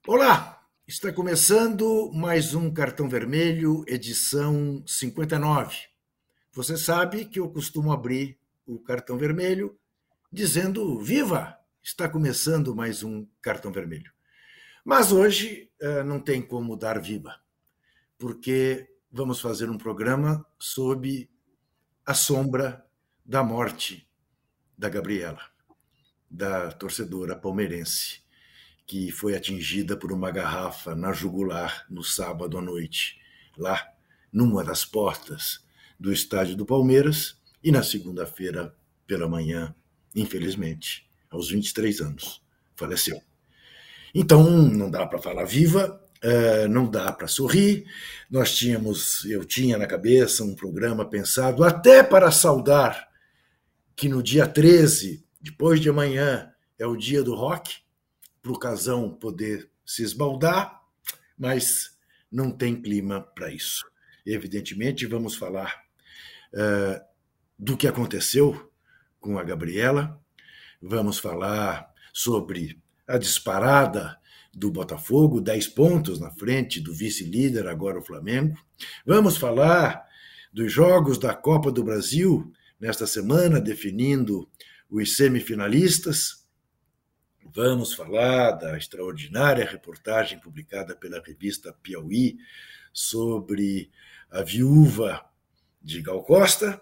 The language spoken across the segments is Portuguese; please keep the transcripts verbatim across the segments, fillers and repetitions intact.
Olá, está começando mais um Cartão Vermelho, edição cinquenta e nove. Você sabe que eu costumo abrir o Cartão Vermelho dizendo viva, está começando mais um Cartão Vermelho. Mas hoje uh, não tem como dar viva, porque vamos fazer um programa sob a sombra da morte da Gabriela, da torcedora palmeirense, que foi atingida por uma garrafa na jugular no sábado à noite, lá numa das portas do estádio do Palmeiras, e na segunda-feira pela manhã, infelizmente, aos vinte e três anos, faleceu. Então, não dá para falar viva, uh, não dá para sorrir. Nós tínhamos, eu tinha na cabeça um programa pensado até para saudar que no dia treze, depois de amanhã, é o dia do rock, para o Casão poder se esbaldar, mas não tem clima para isso. Evidentemente, vamos falar uh, do que aconteceu com a Gabriela, vamos falar sobre a disparada do Botafogo, dez pontos na frente do vice-líder, agora o Flamengo. Vamos falar dos jogos da Copa do Brasil, nesta semana, definindo os semifinalistas. Vamos falar da extraordinária reportagem publicada pela revista Piauí sobre a viúva de Gal Costa,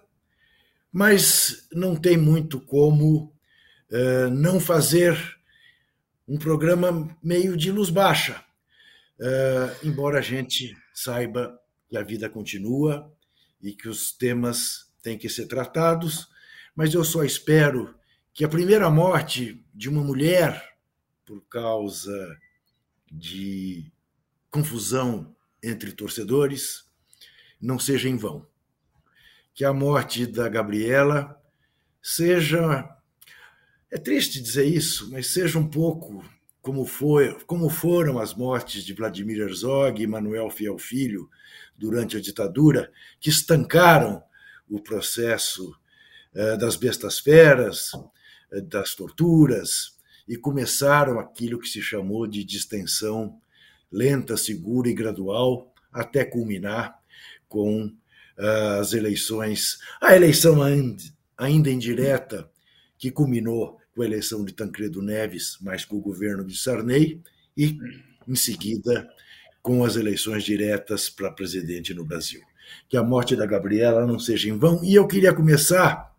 mas não tem muito como uh, não fazer um programa meio de luz baixa, uh, embora a gente saiba que a vida continua e que os temas têm que ser tratados, mas eu só espero que a primeira morte de uma mulher por causa de confusão entre torcedores não seja em vão. Que a morte da Gabriela seja, é triste dizer isso, mas seja um pouco como, foi, como foram as mortes de Vladimir Herzog e Manuel Fiel Filho durante a ditadura, que estancaram o processo uh, das bestas feras, uh, das torturas, e começaram aquilo que se chamou de distensão lenta, segura e gradual, até culminar com uh, as eleições, a eleição ainda indireta, que culminou com a eleição de Tancredo Neves, mas com o governo de Sarney, e, em seguida, com as eleições diretas para presidente no Brasil. Que a morte da Gabriela não seja em vão. E eu queria começar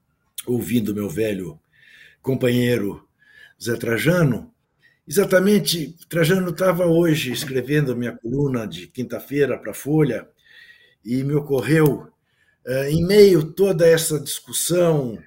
ouvindo meu velho companheiro Zé Trajano. Exatamente, Trajano estava hoje escrevendo a minha coluna de quinta-feira para a Folha e me ocorreu, em meio a toda essa discussão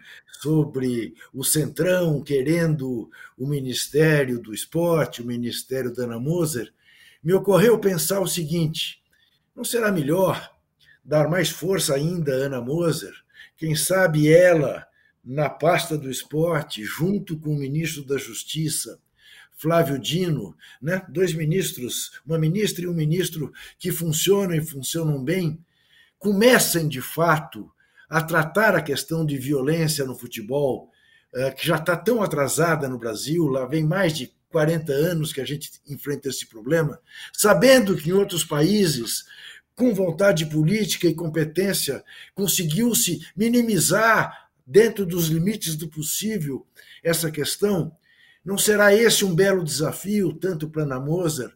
sobre o Centrão querendo o Ministério do Esporte, o Ministério da Ana Moser, me ocorreu pensar o seguinte: não será melhor dar mais força ainda a Ana Moser? Quem sabe ela, na pasta do esporte, junto com o ministro da Justiça, Flávio Dino, né? Dois ministros, uma ministra e um ministro que funcionam e funcionam bem, comecem, de fato, a tratar a questão de violência no futebol, que já está tão atrasada no Brasil, lá vem mais de quarenta anos que a gente enfrenta esse problema, sabendo que em outros países, com vontade política e competência, conseguiu-se minimizar, dentro dos limites do possível, essa questão. Não será esse um belo desafio, tanto para a Ana Moser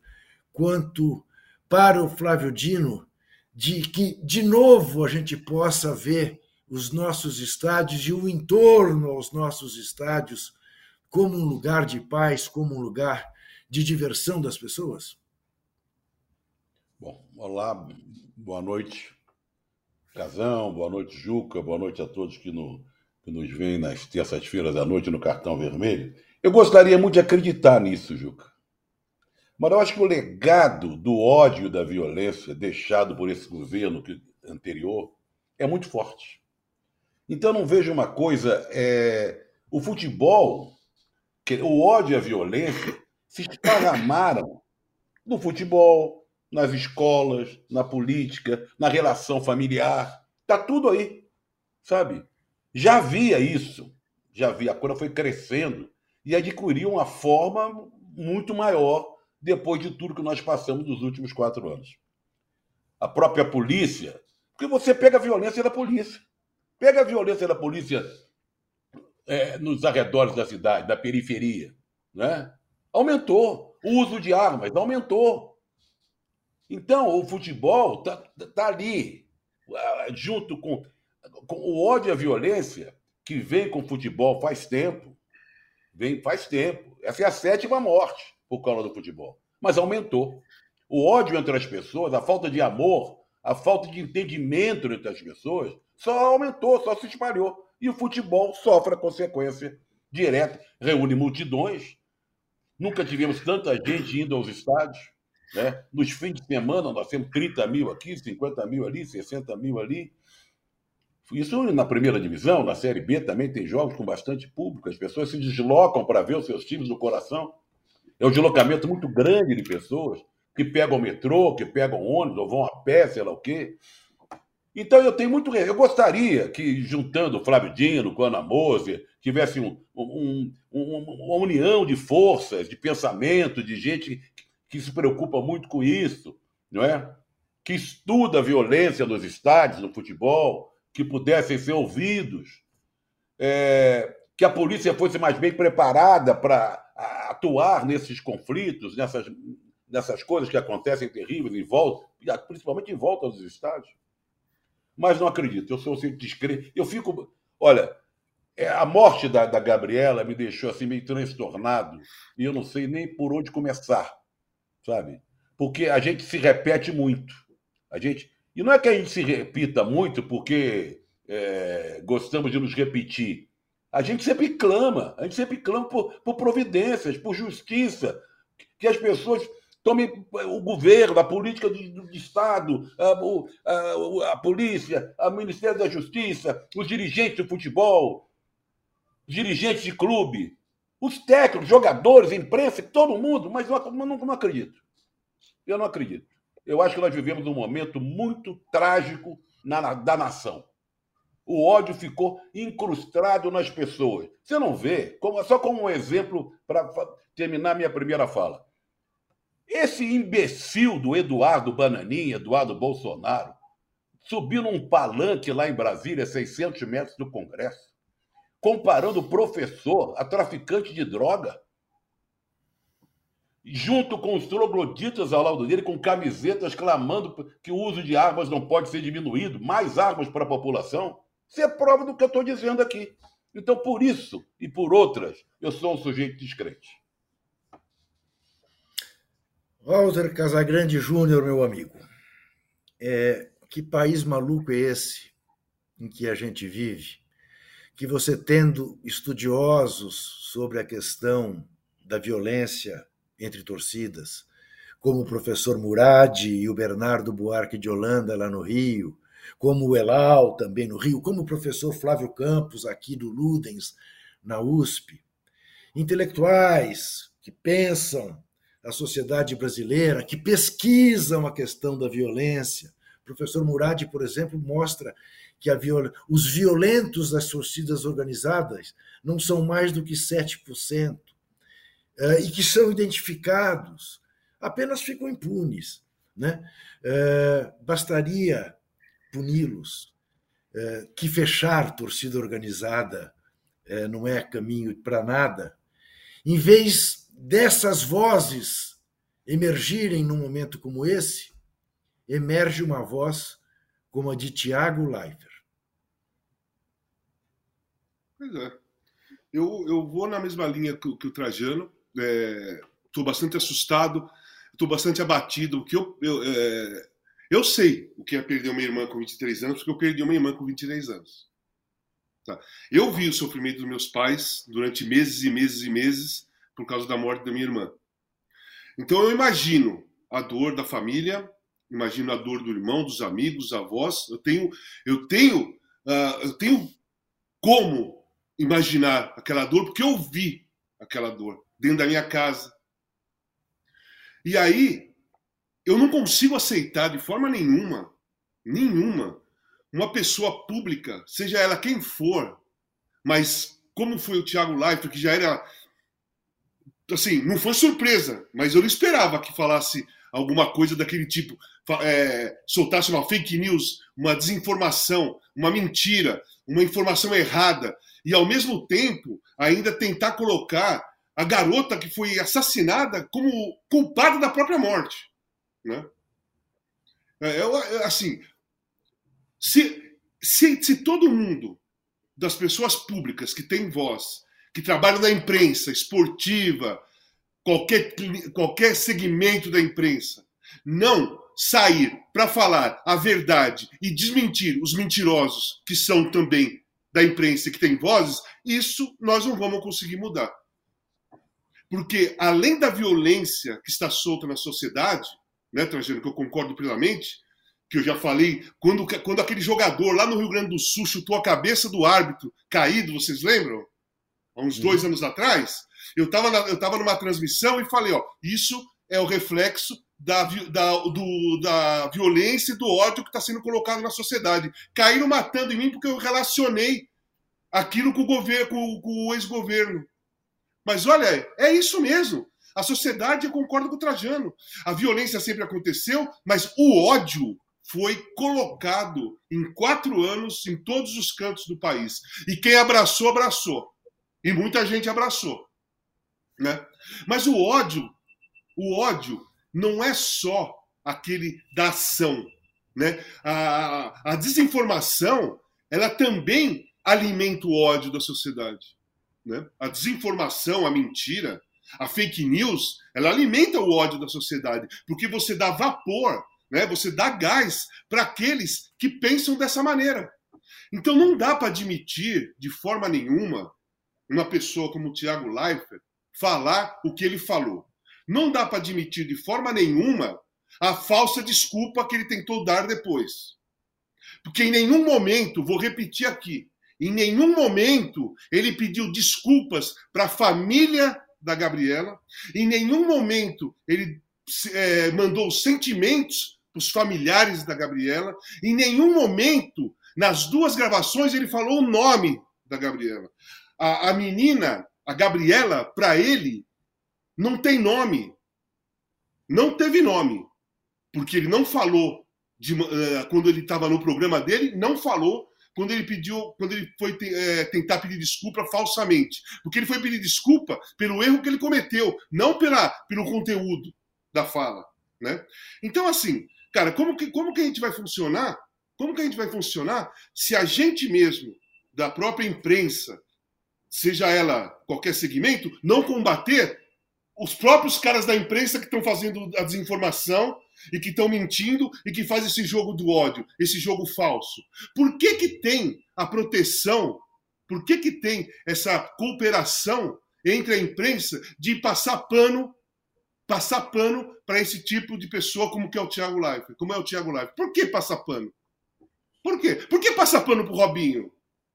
quanto para o Flávio Dino, de que, de novo, a gente possa ver os nossos estádios e o entorno aos nossos estádios como um lugar de paz, como um lugar de diversão das pessoas? Bom, olá, boa noite, Casão, boa noite, Juca, boa noite a todos que, no, que nos veem nas terças-feiras à noite no Cartão Vermelho. Eu gostaria muito de acreditar nisso, Juca. Mas eu acho que o legado do ódio e da violência deixado por esse governo anterior é muito forte. Então não vejo uma coisa... É, o futebol, o ódio e a violência se esparramaram no futebol, nas escolas, na política, na relação familiar. Está tudo aí, sabe? Já havia isso, já havia, a coisa foi crescendo e adquiriu uma forma muito maior depois de tudo que nós passamos nos últimos quatro anos. A própria polícia, porque você pega a violência da polícia. Pega a violência da polícia é, nos arredores da cidade, da periferia. Né? Aumentou. O uso de armas aumentou. Então, o futebol está tá ali, junto com, com o ódio e a violência que vem com o futebol faz tempo. Vem faz tempo. Essa é a sétima morte por causa do futebol. Mas aumentou. O ódio entre as pessoas, a falta de amor, a falta de entendimento entre as pessoas, só aumentou, só se espalhou. E o futebol sofre a consequência direta. Reúne multidões. Nunca tivemos tanta gente indo aos estádios. Né? Nos fins de semana, nós temos trinta mil aqui, cinquenta mil ali, sessenta mil ali. Isso na primeira divisão, na Série B também tem jogos com bastante público. As pessoas se deslocam para ver os seus times do coração. É um deslocamento muito grande de pessoas que pegam o metrô, que pegam ônibus, ou vão a pé, sei lá o quê. Então eu tenho muito... Eu gostaria que, juntando o Flávio Dino com a Ana Moser, tivesse um, um, um, uma união de forças, de pensamento, de gente que se preocupa muito com isso, não é? Que estuda a violência nos estádios, no futebol, que pudessem ser ouvidos, é, que a polícia fosse mais bem preparada para atuar nesses conflitos, nessas, nessas coisas que acontecem terríveis em volta, principalmente em volta dos estádios. Mas não acredito, eu sou sempre descrente. Eu fico... Olha, a morte da, da Gabriela me deixou assim meio transtornado e eu não sei nem por onde começar, sabe? Porque a gente se repete muito. A gente... E não é que a gente se repita muito porque é, gostamos de nos repetir. A gente sempre clama, a gente sempre clama por, por providências, por justiça, que as pessoas tomem o governo, a política do, do Estado, a, a, a polícia, o Ministério da Justiça, os dirigentes do futebol, os dirigentes de clube, os técnicos, jogadores, imprensa, todo mundo, mas eu não, não, não acredito. Eu não acredito. Eu acho que nós vivemos um momento muito trágico na, da nação. O ódio ficou incrustado nas pessoas. Você não vê? Como, só como um exemplo para terminar minha primeira fala. Esse imbecil do Eduardo Bananinha, Eduardo Bolsonaro, subiu num palanque lá em Brasília, seiscentos metros do Congresso, comparando o professor a traficante de droga, junto com os trogloditas ao lado dele, com camisetas clamando que o uso de armas não pode ser diminuído, mais armas para a população. Isso é prova do que eu estou dizendo aqui. Então, por isso e por outras, eu sou um sujeito descrente. Walter Casagrande Júnior, meu amigo, é, que país maluco é esse em que a gente vive? Que você, tendo estudiosos sobre a questão da violência entre torcidas, como o professor Murad e o Bernardo Buarque de Holanda, lá no Rio, como o Elal, também no Rio, como o professor Flávio Campos, aqui do Ludens, na U S P, intelectuais que pensam a sociedade brasileira, que pesquisam a questão da violência. O professor Murad, por exemplo, mostra que a viol... os violentos das torcidas organizadas não são mais do que sete por cento, e que são identificados, apenas ficam impunes. Né? Bastaria puni-los, que fechar torcida organizada não é caminho para nada. Em vez dessas vozes emergirem num momento como esse, emerge uma voz como a de Tiago Leifert. Pois é. Eu, eu vou na mesma linha que, que o Trajano. Estou é, bastante assustado, estou bastante abatido. Porque eu, eu, é, eu sei o que é perder uma irmã com vinte e três anos, porque eu perdi uma irmã com vinte e três anos. Tá? Eu vi o sofrimento dos meus pais durante meses e meses e meses por causa da morte da minha irmã. Então eu imagino a dor da família, imagino a dor do irmão, dos amigos, dos avós. Eu tenho, eu tenho, uh, eu tenho como imaginar aquela dor, porque eu vi aquela dor dentro da minha casa. E aí, eu não consigo aceitar de forma nenhuma, nenhuma, uma pessoa pública, seja ela quem for, mas como foi o Tiago Leifert, que já era assim, não foi surpresa, mas eu não esperava que falasse alguma coisa daquele tipo, é, soltasse uma fake news, uma desinformação, uma mentira, uma informação errada, e ao mesmo tempo ainda tentar colocar a garota que foi assassinada como culpada da própria morte, né? Eu, assim, se, se, se todo mundo das pessoas públicas que tem voz, que trabalham na imprensa esportiva, qualquer, qualquer segmento da imprensa, não sair para falar a verdade e desmentir os mentirosos que são também da imprensa e que têm vozes, isso nós não vamos conseguir mudar. Porque, além da violência que está solta na sociedade, né, Trajano, que eu concordo plenamente, que eu já falei, quando, quando aquele jogador lá no Rio Grande do Sul chutou a cabeça do árbitro caído, vocês lembram? Há uns dois uhum. anos atrás, eu estava eu tava numa transmissão e falei, ó, isso é o reflexo da, da, do, da violência e do ódio que está sendo colocado na sociedade. Caíram matando em mim porque eu relacionei aquilo com o, governo, com, com o ex-governo. Mas olha, é isso mesmo. A sociedade, eu concordo com o Trajano. A violência sempre aconteceu, mas o ódio foi colocado em quatro anos em todos os cantos do país. E quem abraçou, abraçou. E muita gente abraçou, né? Mas o ódio, o ódio não é só aquele da ação, né? A, a desinformação, ela também alimenta o ódio da sociedade, né? A desinformação, a mentira, a fake news, ela alimenta o ódio da sociedade, porque você dá vapor, né? Você dá gás para aqueles que pensam dessa maneira. Então não dá para admitir de forma nenhuma uma pessoa como o Thiago Leifert falar o que ele falou. Não dá para admitir de forma nenhuma a falsa desculpa que ele tentou dar depois. Porque em nenhum momento, vou repetir aqui, em nenhum momento ele pediu desculpas para a família da Gabriela, em nenhum momento ele é, mandou sentimentos para os familiares da Gabriela, em nenhum momento, nas duas gravações, ele falou o nome da Gabriela. A, a menina, a Gabriela, para ele, não tem nome. Não teve nome. Porque ele não falou, de, uh, quando ele estava no programa dele, não falou quando ele pediu, quando ele foi te, é, tentar pedir desculpa falsamente. Porque ele foi pedir desculpa pelo erro que ele cometeu, não pela, pelo conteúdo da fala, né? Então, assim, cara, como que, como que a gente vai funcionar? Como que a gente vai funcionar se a gente mesmo, da própria imprensa, seja ela qualquer segmento, não combater os próprios caras da imprensa que estão fazendo a desinformação e que estão mentindo e que fazem esse jogo do ódio, esse jogo falso? Por que que tem a proteção, por que que tem essa cooperação entre a imprensa de passar pano, passar pano para esse tipo de pessoa como que é o Thiago Leifert, como é o Thiago Leifert? Por que passar pano? Por quê? Por que passar pano pro Robinho?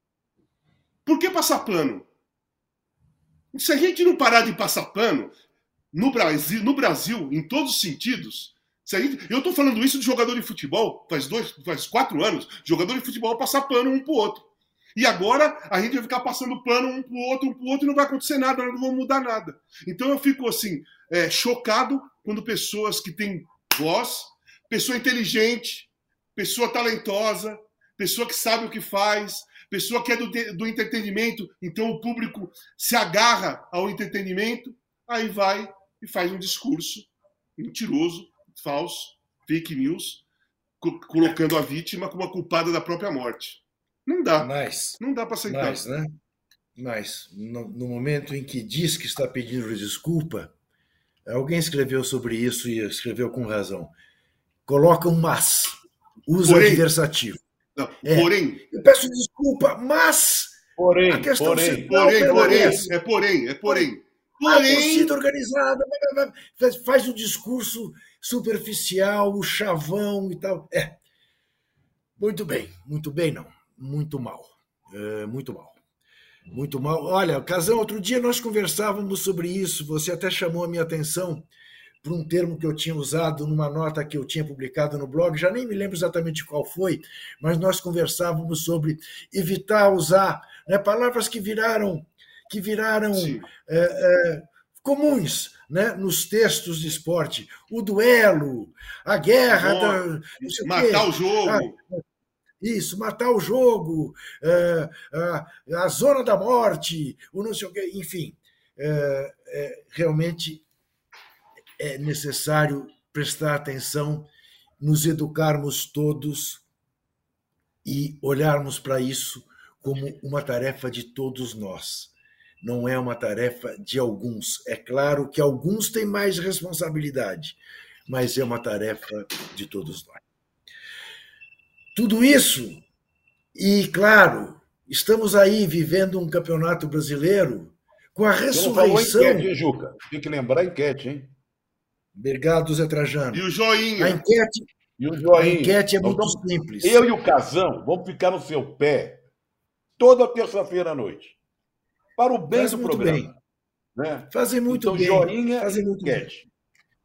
Por que passar pano? Se a gente não parar de passar pano, no Brasil, no Brasil em todos os sentidos, se a gente, eu estou falando isso de jogador de futebol, faz, dois, faz quatro anos, jogador de futebol passar pano um pro outro. E agora a gente vai ficar passando pano um pro outro, um pro outro, e não vai acontecer nada, não vão mudar nada. Então eu fico assim, é, chocado quando pessoas que têm voz, pessoa inteligente, pessoa talentosa, pessoa que sabe o que faz, pessoa que é do, do entretenimento, então o público se agarra ao entretenimento, aí vai e faz um discurso mentiroso, falso, fake news, co- colocando a vítima como a culpada da própria morte. Não dá. Mas, não dá para aceitar. Mas, né? Mas no, no momento em que diz que está pedindo desculpa, alguém escreveu sobre isso e escreveu com razão. Coloca um mas, usa Porém, adversativo. Não, É, porém, eu peço desculpa, mas porém, a questão porém, central porém, porém, permanece. é porém, é porém. A Porém, torcida organizada faz um discurso superficial, o chavão e tal. É. Muito bem, muito bem não, muito mal, é, muito mal. Muito mal. Olha, Casão, outro dia nós conversávamos sobre isso, você até chamou a minha atenção para um termo que eu tinha usado numa nota que eu tinha publicado no blog, já nem me lembro exatamente qual foi, mas nós conversávamos sobre evitar usar, né, palavras que viraram, que viraram é, é, comuns, né, nos textos de esporte. O duelo, a guerra, Bom, da, não sei matar o quê. o jogo. Ah, isso, matar o jogo, uh, uh, a zona da morte, o não sei o quê, enfim. Uh, é, realmente é necessário prestar atenção, nos educarmos todos e olharmos para isso como uma tarefa de todos nós. Não é uma tarefa de alguns. É claro que alguns têm mais responsabilidade, mas é uma tarefa de todos nós. Tudo isso, e claro, estamos aí vivendo um campeonato brasileiro com a ressurreição... Você não falou enquete, hein, Juca? Tem que lembrar a enquete, hein? Obrigado, Zé Trajano. E o joinha. A enquete, e o joinha. A enquete é então, muito simples. Eu e o Casão vamos ficar no seu pé toda terça-feira à noite. Para o bem Faz do muito programa. Bem. Né? Fazem muito então, bem. Joinha Fazem muito enquete. bem.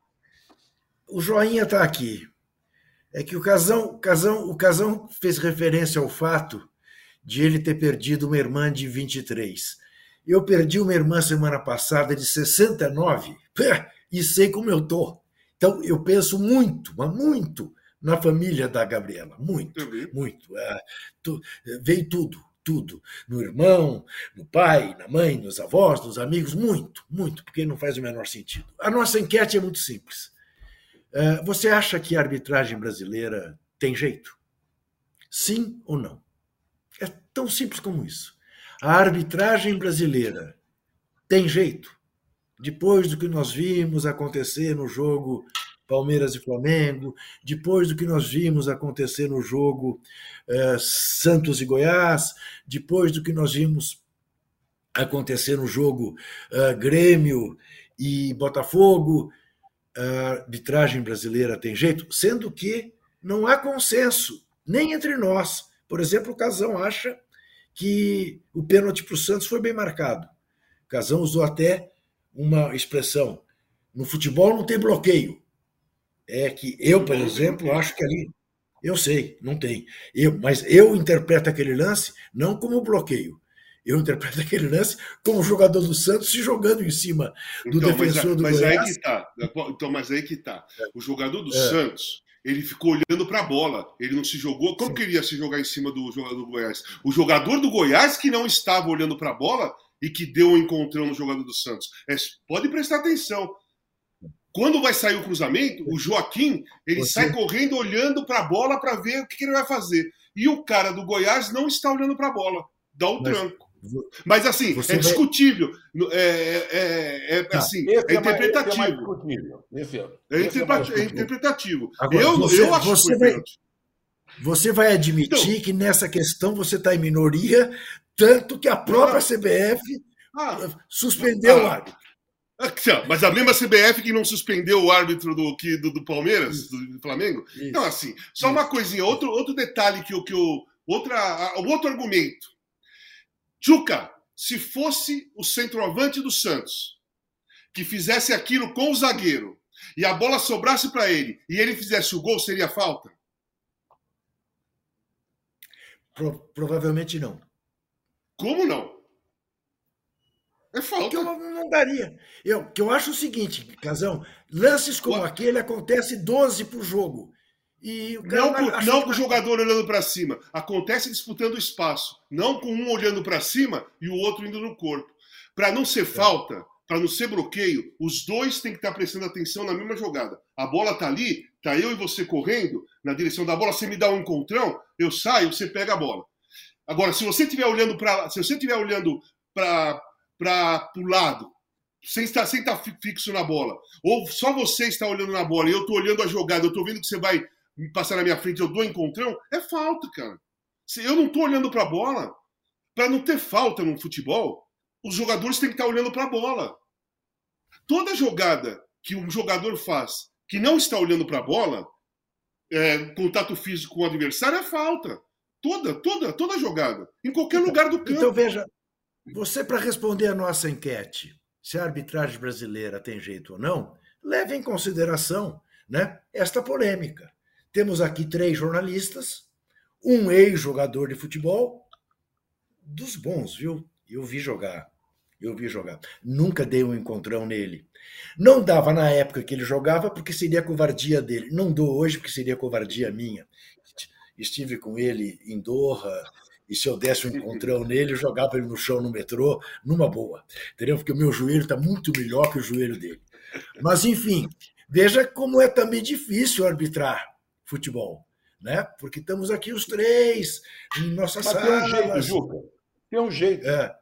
O joinha está aqui. É que o Casão, Casão, o Casão fez referência ao fato de ele ter perdido uma irmã de vinte e três. Eu perdi uma irmã semana passada de sessenta e nove e sei como eu estou. Então, eu penso muito, mas muito, na família da Gabriela. Muito, uhum. muito. É, tu, veio tudo, tudo. No irmão, no pai, na mãe, nos avós, nos amigos. Muito, muito, porque não faz o menor sentido. A nossa enquete é muito simples. Você acha que a arbitragem brasileira tem jeito? Sim ou não? É tão simples como isso. A arbitragem brasileira tem jeito? Depois do que nós vimos acontecer no jogo Palmeiras e Flamengo, depois do que nós vimos acontecer no jogo eh, Santos e Goiás, depois do que nós vimos acontecer no jogo eh, Grêmio e Botafogo, a arbitragem brasileira tem jeito, sendo que não há consenso, nem entre nós. Por exemplo, o Casão acha que o pênalti para o Santos foi bem marcado. O Casão usou até uma expressão: no futebol não tem bloqueio. É que eu, por exemplo, acho que ali... Eu sei, não tem. Eu, mas eu interpreto aquele lance não como bloqueio. Eu interpreto aquele lance como o jogador do Santos se jogando em cima do então, defensor mas, do mas Goiás. Aí que tá. Então, mas aí que tá. O jogador do é. Santos, ele ficou olhando para a bola. Ele não se jogou. Como Sim. que ele ia se jogar em cima do jogador do Goiás? O jogador do Goiás que não estava olhando para a bola e que deu um encontrão no jogador do Santos. É, pode prestar atenção. Quando vai sair o cruzamento, o Joaquim, ele Você... sai correndo, olhando para a bola para ver o que, que ele vai fazer. E o cara do Goiás não está olhando para a bola. Dá um mas... tranco. Mas assim, Você é discutível. Vai... É, é, é, assim, é interpretativo. É, é, é interpretativo. Agora, eu, você, eu acho você que vai, você vai admitir então, que nessa questão você está em minoria, tanto que a própria C B F ah, suspendeu ah, o árbitro. Mas a mesma C B F que não suspendeu o árbitro do, que, do, do Palmeiras, Isso. do Flamengo? Isso. Então, assim, só Isso. uma coisinha, outro, outro detalhe que o que eu. Outra, outro argumento. Juca, se fosse o centroavante do Santos, que fizesse aquilo com o zagueiro, e a bola sobrasse para ele, e ele fizesse o gol, seria falta? Pro, provavelmente não. Como não? É falta. Que eu não daria. Eu, que eu acho o seguinte, Casão, lances como o... aquele acontece doze por jogo. E o cara não por, não com o jogador olhando para cima. Acontece disputando espaço. Não com um olhando para cima e o outro indo no corpo. Para não ser é. falta, para não ser bloqueio, os dois têm que estar prestando atenção na mesma jogada. A bola está ali, tá eu e você correndo na direção da bola, você me dá um encontrão, eu saio, você pega a bola. Agora, se você estiver olhando para, se você estiver olhando para para o lado, sem estar, sem estar fixo na bola, ou só você está olhando na bola e eu estou olhando a jogada, eu estou vendo que você vai passar na minha frente, eu dou encontrão, é falta, cara. Se eu não estou olhando para a bola, para não ter falta no futebol, os jogadores têm que estar olhando para a bola. Toda jogada que um jogador faz que não está olhando para a bola, é, contato físico com o adversário, é falta. Toda, toda, toda jogada. Em qualquer então, lugar do campo. Então, veja, você, para responder a nossa enquete, se a arbitragem brasileira tem jeito ou não, leve em consideração, né, esta polêmica. Temos aqui três jornalistas, um ex-jogador de futebol, dos bons, viu? Eu vi jogar. eu vi jogar. Nunca dei um encontrão nele. Não dava na época que ele jogava, porque seria covardia dele. Não dou hoje, porque seria covardia minha. Estive com ele em Doha, e se eu desse um encontrão nele, eu jogava ele no chão no metrô, numa boa. Entendeu? Porque o meu joelho está muito melhor que o joelho dele. Mas, enfim, veja como é também difícil arbitrar futebol, né? Porque estamos aqui os três, em nossa Mas sala. tem um jeito, Juca. Tem um jeito. É.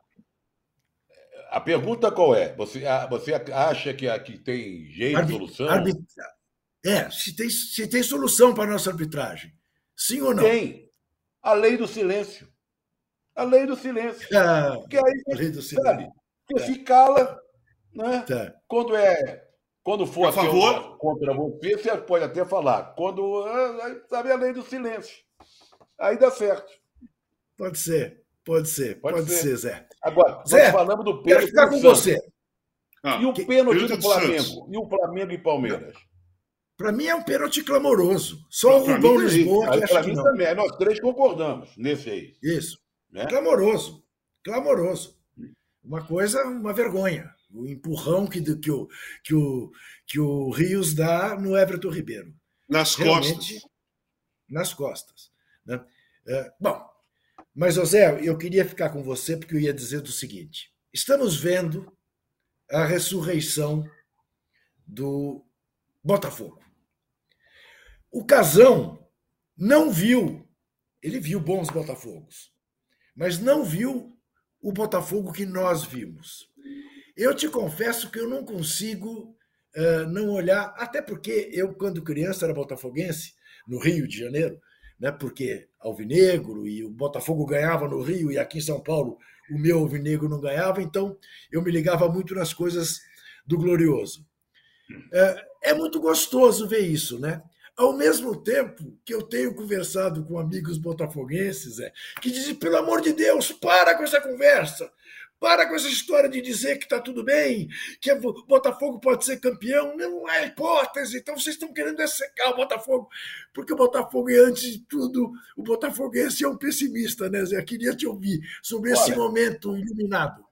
A pergunta qual é? Você, você acha que aqui tem jeito, Arbi... solução? Arbitra... É, se tem, se tem solução para a nossa arbitragem. Sim ou não? Tem. A lei do silêncio. A lei do silêncio. Ah, Porque aí, a lei do sabe, silêncio. você se cala, né? Tá. Quando é... Quando for a favor contra você, você pode até falar. Quando, sabe, a lei do silêncio. Aí dá certo. Pode ser, pode ser, pode, pode ser. ser, Zé. Agora, Zé, nós falamos do pênalti. Quero ficar com você. Ah, e o que, pênalti do Flamengo? Santos. E o Flamengo e Palmeiras? Para mim é um pênalti clamoroso. Só o Rubão Lisboa que acha Para que mim não. também. Nós três concordamos nesse aí. Isso. Né? Clamoroso. Clamoroso. Uma coisa, uma vergonha. O empurrão que, que, o, que, o, que o Rios dá no Everton Ribeiro. Nas Realmente, costas. Nas costas. Né? É, bom, mas, José, eu queria ficar com você porque eu ia dizer do seguinte. Estamos vendo a ressurreição do Botafogo. O Casão não viu, ele viu bons Botafogos, mas não viu o Botafogo que nós vimos. Eu te confesso que eu não consigo uh, não olhar, até porque eu, quando criança, era botafoguense, no Rio de Janeiro, né, porque alvinegro, e o Botafogo ganhava no Rio, e aqui em São Paulo o meu alvinegro não ganhava, então eu me ligava muito nas coisas do Glorioso. Uh, é muito gostoso ver isso, né? Ao mesmo tempo que eu tenho conversado com amigos botafoguenses, é, que dizem, pelo amor de Deus, para com essa conversa, para com essa história de dizer que está tudo bem, que o Botafogo pode ser campeão, não há hipótese, então vocês estão querendo secar o Botafogo, porque o Botafogo é, antes de tudo, o botafoguense é um pessimista, né, Zé? Eu queria te ouvir sobre Olha, esse momento iluminado.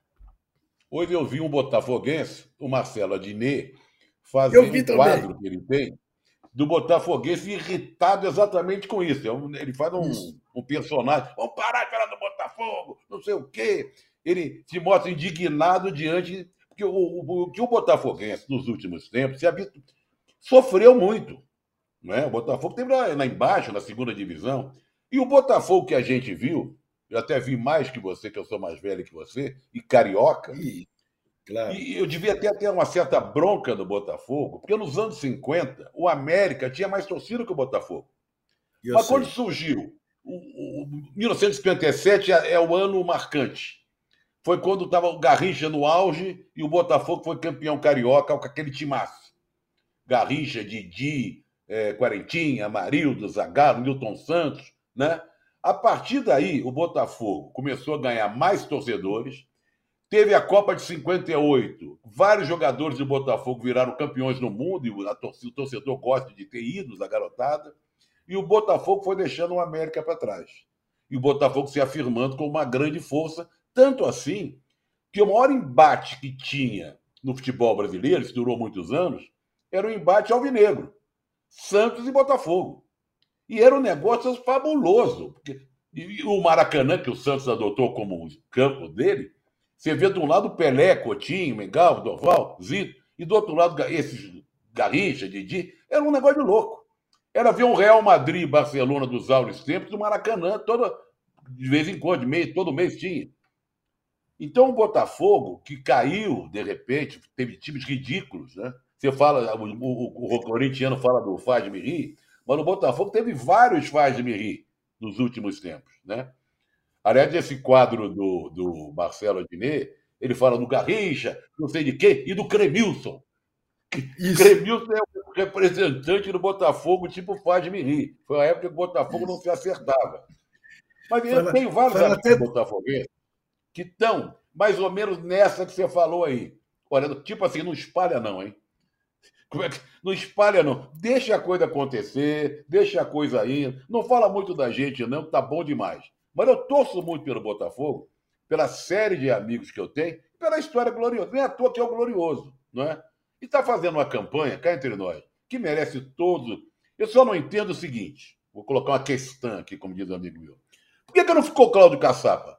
Hoje eu vi um botafoguense, o Marcelo Adnet, fazendo um também. quadro que ele tem, do botafoguense irritado exatamente com isso. Ele faz um, um personagem, vamos parar de falar do Botafogo, não sei o quê. Ele se mostra indignado diante... Porque o, o, o que o botafoguense, nos últimos tempos, se ha visto, sofreu muito. Né? O Botafogo teve lá, lá embaixo, na segunda divisão. E o Botafogo que a gente viu, eu até vi mais que você, que eu sou mais velho que você, e carioca... Ih. Claro. E eu devia ter até uma certa bronca do Botafogo, porque nos anos cinquenta, o América tinha mais torcida que o Botafogo. Eu Mas sei. Quando surgiu, o, o mil novecentos e cinquenta e sete é, é o ano marcante. Foi quando estava o Garrincha no auge e o Botafogo foi campeão carioca com aquele timaço. Garrincha, Didi, é, Quarentinha, Amarildo, Zagallo, Nilton Santos. Né? A partir daí, o Botafogo começou a ganhar mais torcedores. Teve a Copa de cinquenta e oito. Vários jogadores do Botafogo viraram campeões no mundo e a torcida, o torcedor gosta de ter ídolos da garotada. E o Botafogo foi deixando o América para trás. E o Botafogo se afirmando como uma grande força, tanto assim que o maior embate que tinha no futebol brasileiro, que durou muitos anos, era o embate alvinegro. Santos e Botafogo. E era um negócio fabuloso. Porque, e o Maracanã, que o Santos adotou como campo dele, você vê de um lado Pelé, Coutinho, Mengal, Dorval, Zito, e do outro lado esses Garrincha, Didi. Era um negócio de louco. Era ver um Real Madrid e Barcelona dos áureos tempos do Maracanã, toda, de vez em quando, de mês, todo mês tinha. Então o Botafogo, que caiu, de repente, teve times ridículos, né? Você fala, o, o, o corintiano fala do Faz de Miri, mas no Botafogo teve vários Faz de Miri nos últimos tempos, né? Aliás, esse quadro do, do Marcelo Adnet, ele fala do Garrincha, não sei de quê, e do Cremilson. Cremilson é o representante do Botafogo, tipo Faz de Miri. Foi a época que o Botafogo não se acertava. Mas fala, eu tenho vários amigos até... botafoguenses que estão mais ou menos nessa que você falou aí. Olha, tipo assim, não espalha não, hein? Como é que... Não espalha não. Deixa a coisa acontecer, deixa a coisa ir. Não fala muito da gente não, que tá bom demais. Mas eu torço muito pelo Botafogo, pela série de amigos que eu tenho, pela história gloriosa. Nem à toa que é o glorioso, não é? E está fazendo uma campanha, cá entre nós, que merece todo. Eu só não entendo o seguinte, vou colocar uma questão aqui, como diz o amigo meu. Por que, que não ficou Cláudio Caçapa?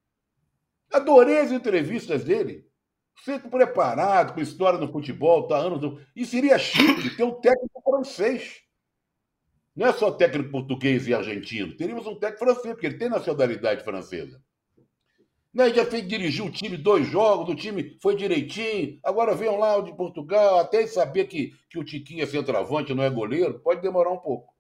Adorei as entrevistas dele. Sempre preparado, com história no futebol, tá anos. No... E seria chique ter um técnico francês. Não é só técnico português e argentino. Teríamos um técnico francês, porque ele tem nacionalidade francesa. Né? Ele já fez dirigir o time dois jogos, o time foi direitinho. Agora vem lá o de Portugal, até saber que, que o Tiquinho é centroavante, não é goleiro, pode demorar um pouco.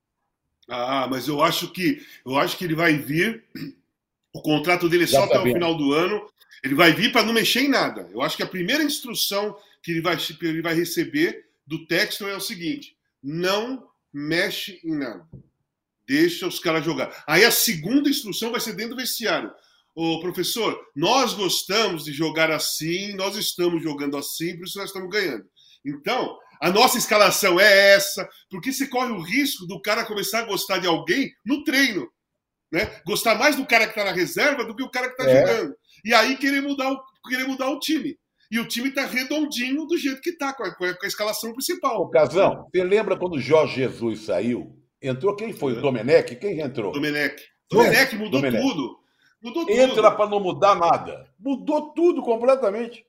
Ah, mas eu acho que eu acho que ele vai vir. O contrato dele é só até o final do ano. Ele vai vir para não mexer em nada. Eu acho que a primeira instrução que ele vai, que ele vai receber do Textor é o seguinte: não mexe em nada. Deixa os caras jogar. Aí a segunda instrução vai ser dentro do vestiário. Ô, professor, nós gostamos de jogar assim, nós estamos jogando assim, por isso nós estamos ganhando. Então, a nossa escalação é essa, porque você corre o risco do cara começar a gostar de alguém no treino. Né? Gostar mais do cara que está na reserva do que o cara que está é. jogando. E aí querer mudar, o, querer mudar o time. E o time está redondinho do jeito que está, com, com, com a escalação principal. Ô, Casão, você lembra quando o Jorge Jesus saiu? Entrou quem foi? O Domenech? Quem entrou? Domenech. Domenech mudou Domenech. tudo. Mudou tudo. Entra para não mudar nada. Mudou tudo completamente.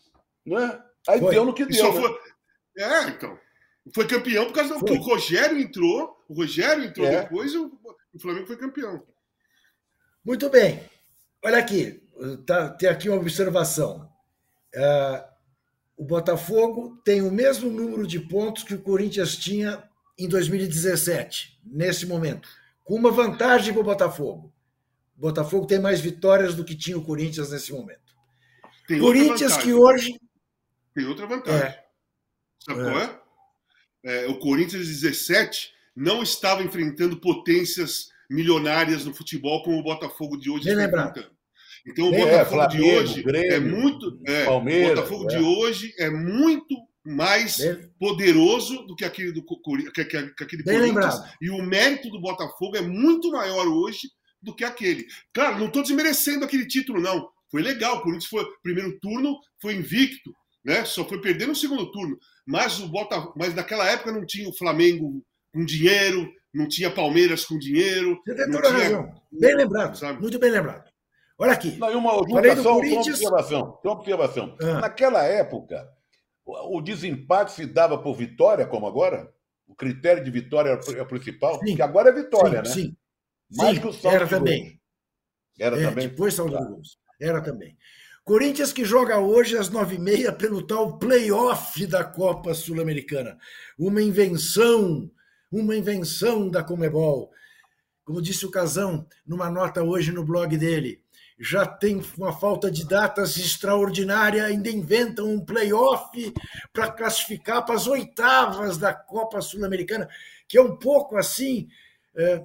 Né? Aí foi. Deu no que deu. Né? Foi... É, então. Foi campeão por causa do que o Rogério entrou. O Rogério entrou é. depois e o, o Flamengo foi campeão. Muito bem. Olha aqui. Tá, tem aqui uma observação. Uh, o Botafogo tem o mesmo número de pontos que o Corinthians tinha em dois mil e dezessete, nesse momento, com uma vantagem para o Botafogo. O Botafogo tem mais vitórias do que tinha o Corinthians nesse momento. Tem Corinthians que hoje... Tem outra vantagem. É. Sabe é. qual é? é? O Corinthians dezessete não estava enfrentando potências milionárias no futebol como o Botafogo de hoje está enfrentando. Então o é, Botafogo Flamengo, de hoje Grêmio, é muito... É, Palmeiras, o Botafogo é. de hoje é muito mais Bem... poderoso do que aquele, do, que, que, que aquele Corinthians. Lembrado. E o mérito do Botafogo é muito maior hoje do que aquele. Claro, não estou desmerecendo aquele título, não. Foi legal, o Corinthians foi primeiro turno, foi invicto, né? Só foi perder no segundo turno. Mas, o Botafogo, mas naquela época não tinha o Flamengo com dinheiro, não tinha Palmeiras com dinheiro. Você tem toda a razão. Bem lembrado, sabe? Muito bem lembrado. Olha aqui. Não, e uma, Falei do só, Corinthians... uma observação. Uma observação. Ah. Naquela época, o desempate se dava por vitória, como agora? O critério de vitória é o principal? Sim. Que agora é vitória, sim, né? Sim, Mais sim. que o saldo Era de também. Gols. Era é, também? Depois saldo de gols. Era também. Corinthians que joga hoje às nove e meia pelo tal play-off da Copa Sul-Americana. Uma invenção, uma invenção da Conmebol. Como disse o Casão, numa nota hoje no blog dele, já tem uma falta de datas extraordinária, ainda inventam um play-off para classificar para as oitavas da Copa Sul-Americana, que é um pouco assim... É,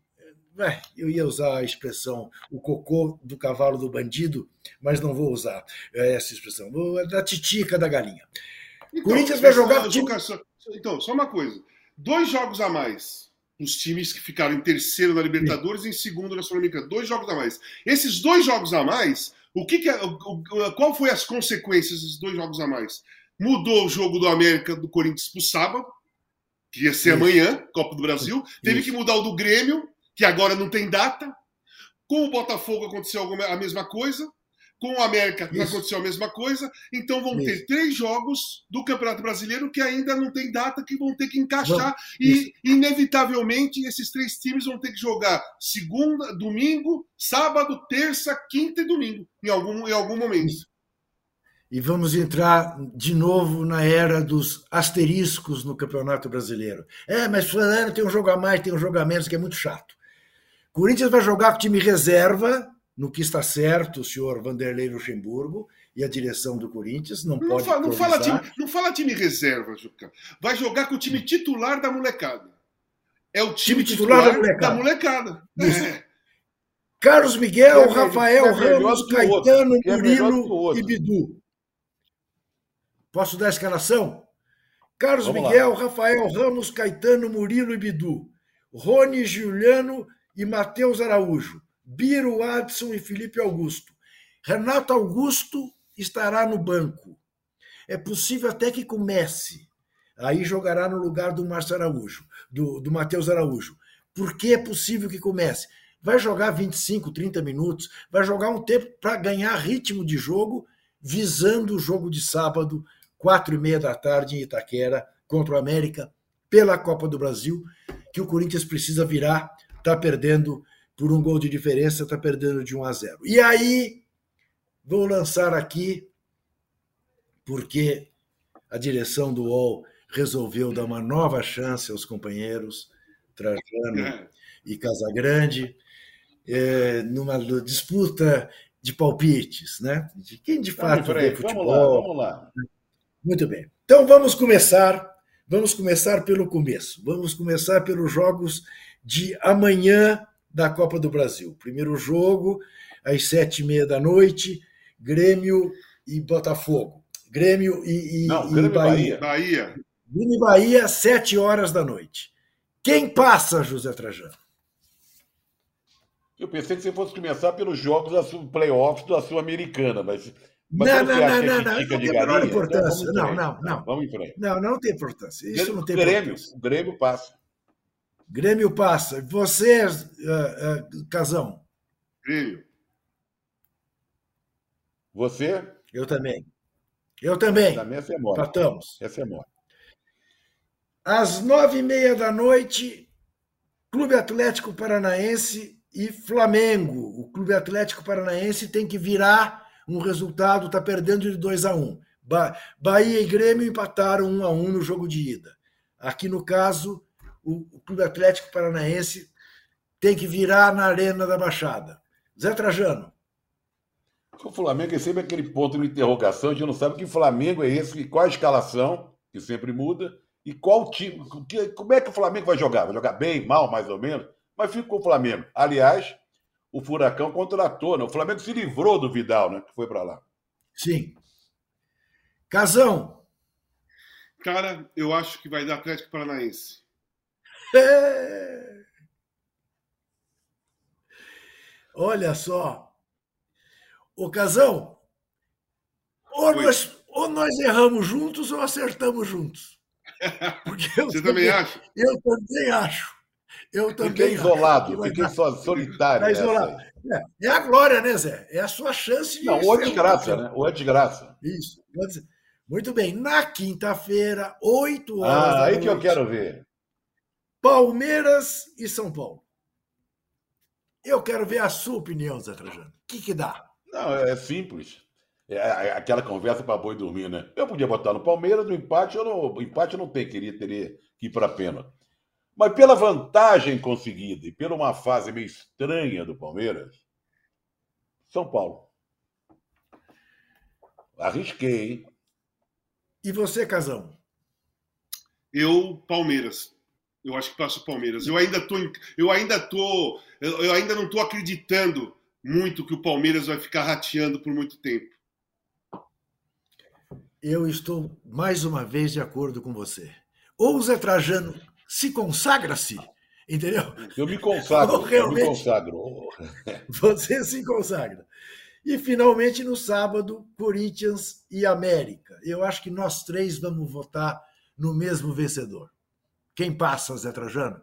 eu ia usar a expressão o cocô do cavalo do bandido, mas não vou usar essa expressão, vou da titica da galinha. Então, Corinthians vai jogar... Só, time... só, então, só uma coisa. Dois jogos a mais. Os times que ficaram em terceiro na Libertadores e em segundo na Sul-Americana. Dois jogos a mais. Esses dois jogos a mais, o que que é, o, o, qual foi as consequências desses dois jogos a mais? Mudou o jogo do América do Corinthians para o sábado, que ia ser Isso. amanhã, Copa do Brasil. Isso. Teve que mudar o do Grêmio, que agora não tem data. Com o Botafogo aconteceu a mesma coisa. Com o América Isso. aconteceu a mesma coisa. Então vão Isso. ter três jogos do Campeonato Brasileiro que ainda não tem data, que vão ter que encaixar. E, inevitavelmente, esses três times vão ter que jogar segunda, domingo, sábado, terça, quinta e domingo, em algum, em algum momento. Isso. E vamos entrar de novo na era dos asteriscos no Campeonato Brasileiro. É, mas fulano tem um jogo a mais, tem um jogo a menos, que é muito chato. Corinthians vai jogar com time reserva, no que está certo o senhor Vanderlei Luxemburgo e a direção do Corinthians. Não, não, pode fala, não, fala time, não fala time reserva, Juca. Vai jogar com o time titular da molecada. É o time, time titular, titular da molecada. Da molecada. É. Carlos Miguel, é Rafael é Ramos, Caetano, é Murilo e Bidu. Posso dar a escalação? Carlos Vamos Miguel, lá. Rafael Ramos, Caetano, Murilo e Bidu. Rony, Giuliano e Matheus Araújo. Biro, Adson e Felipe Augusto. Renato Augusto estará no banco. É possível até que comece. Aí jogará no lugar do Márcio Araújo, do, do Matheus Araújo. Por que é possível que comece? Vai jogar vinte e cinco, trinta minutos, vai jogar um tempo para ganhar ritmo de jogo, visando o jogo de sábado, quatro e meia da tarde em Itaquera, contra o América, pela Copa do Brasil, que o Corinthians precisa virar, está perdendo por um gol de diferença, está perdendo de um a zero. E aí, vou lançar aqui, porque a direção do U O L resolveu dar uma nova chance aos companheiros, Trajano e Casagrande, é, numa disputa de palpites, né? De quem de fato vê futebol. Vamos lá, vamos lá. Muito bem. Então vamos começar, vamos começar pelo começo. Vamos começar pelos jogos de amanhã da Copa do Brasil. Primeiro jogo, às sete e meia da noite, Grêmio e Botafogo. Grêmio e, e, Não, e Grêmio Bahia. Bahia. Grêmio e Bahia, sete horas da noite. Quem passa, José Trajano? Eu pensei que você fosse começar pelos jogos da playoffs da Sul-Americana, mas... mas não, não, não, não, não, não, não tem a menor importância. Não, não, não. Vamos em frente. Não, não tem importância. Isso não tem Grêmio, importância. o Grêmio passa. Grêmio passa. Você, uh, uh, Casão? Grêmio. Você? Eu também. Eu também. Também essa é morte. Empatamos. Essa é morte. Às nove e meia da noite, Clube Atlético Paranaense e Flamengo. O Clube Atlético Paranaense tem que virar um resultado, está perdendo de dois a um. Ba- Bahia e Grêmio empataram um a um no jogo de ida. Aqui, no caso, o, o Clube Atlético Paranaense tem que virar na Arena da Baixada. Zé Trajano. O Flamengo é sempre aquele ponto de interrogação, a gente não sabe que Flamengo é esse, qual a escalação, que sempre muda, e qual time, que, como é que o Flamengo vai jogar? Vai jogar bem, mal, mais ou menos? Mas fica com o Flamengo. Aliás, o Furacão contratou, né? O Flamengo se livrou do Vidal, né? Que foi para lá. Sim. Casão. Cara, eu acho que vai dar Atlético Paranaense. É... Olha só. Ô, Casão, ou nós, ou nós erramos juntos ou acertamos juntos. Porque eu Você também acha? Eu também acho. Eu também fiquei isolado, acho. fiquei só, solitário. Tá isolado. É, é a glória, né, Zé? É a sua chance de... Não, ou é desgraça, né? Ou é desgraça. Isso. Muito bem. Na quinta-feira, oito horas Ah, da aí noite, que eu quero ver. Palmeiras e São Paulo. Eu quero ver a sua opinião, Zé Trajano. O que que dá? Não, é simples. É aquela conversa para boi dormir, né? Eu podia botar no Palmeiras, no empate, eu não, o empate eu não tem, queria teria que ir para a pena. Mas pela vantagem conseguida e pela uma fase meio estranha do Palmeiras, São Paulo. Arrisquei, hein? E você, Casão? Eu, Palmeiras. Eu acho que passa o Palmeiras. Eu ainda tô, eu ainda tô, eu, eu ainda não tô acreditando muito que o Palmeiras vai ficar rateando por muito tempo. Eu estou mais uma vez de acordo com você. Ou o Zé Trajano se consagra-se, entendeu? Eu me consagro, Ou realmente eu me consagro. Você se consagra. E, finalmente, no sábado, Corinthians e América. Eu acho que nós três vamos votar no mesmo vencedor. Quem passa, Zé Trajano?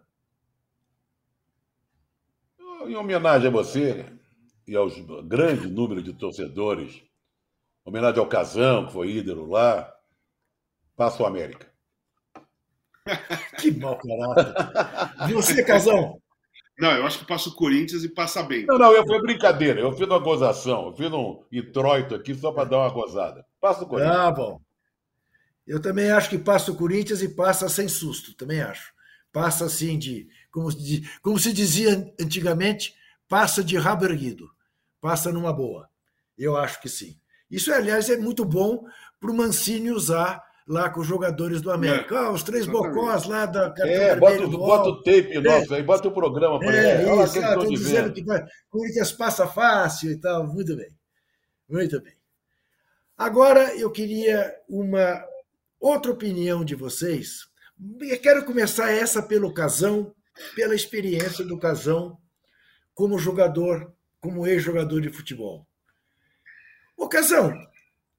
Em homenagem a você e aos grande número de torcedores, homenagem ao Casão, que foi ídolo lá, passa o América. Que mau caráter. Você, Casão? Não, eu acho que passa o Corinthians e passa bem. Não, não, eu foi brincadeira. Eu fiz uma gozação. Eu fiz um introito aqui só para dar uma gozada. Passa o Corinthians. Ah, bom. Eu também acho que passa o Corinthians e passa sem susto, também acho. Passa assim de, como, de, como se dizia antigamente, passa de rabo erguido. Passa numa boa. Eu acho que sim. Isso, aliás, é muito bom para o Mancini usar lá com os jogadores do América. É, ah, os três exatamente. Bocós lá da Cartão É, bota, bota o tape é, nosso aí, bota o programa. Por é, é, isso, estão dizendo que o Corinthians passa fácil e tal. Muito bem. Muito bem. Agora eu queria uma outra opinião de vocês. Eu quero começar essa pelo Casão, pela experiência do Casão como jogador, como ex-jogador de futebol. Ô, Casão,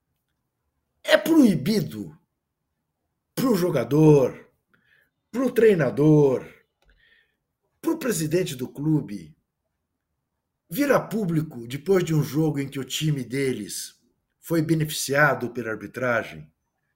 é proibido para o jogador, para o treinador, para o presidente do clube vir a público depois de um jogo em que o time deles foi beneficiado pela arbitragem,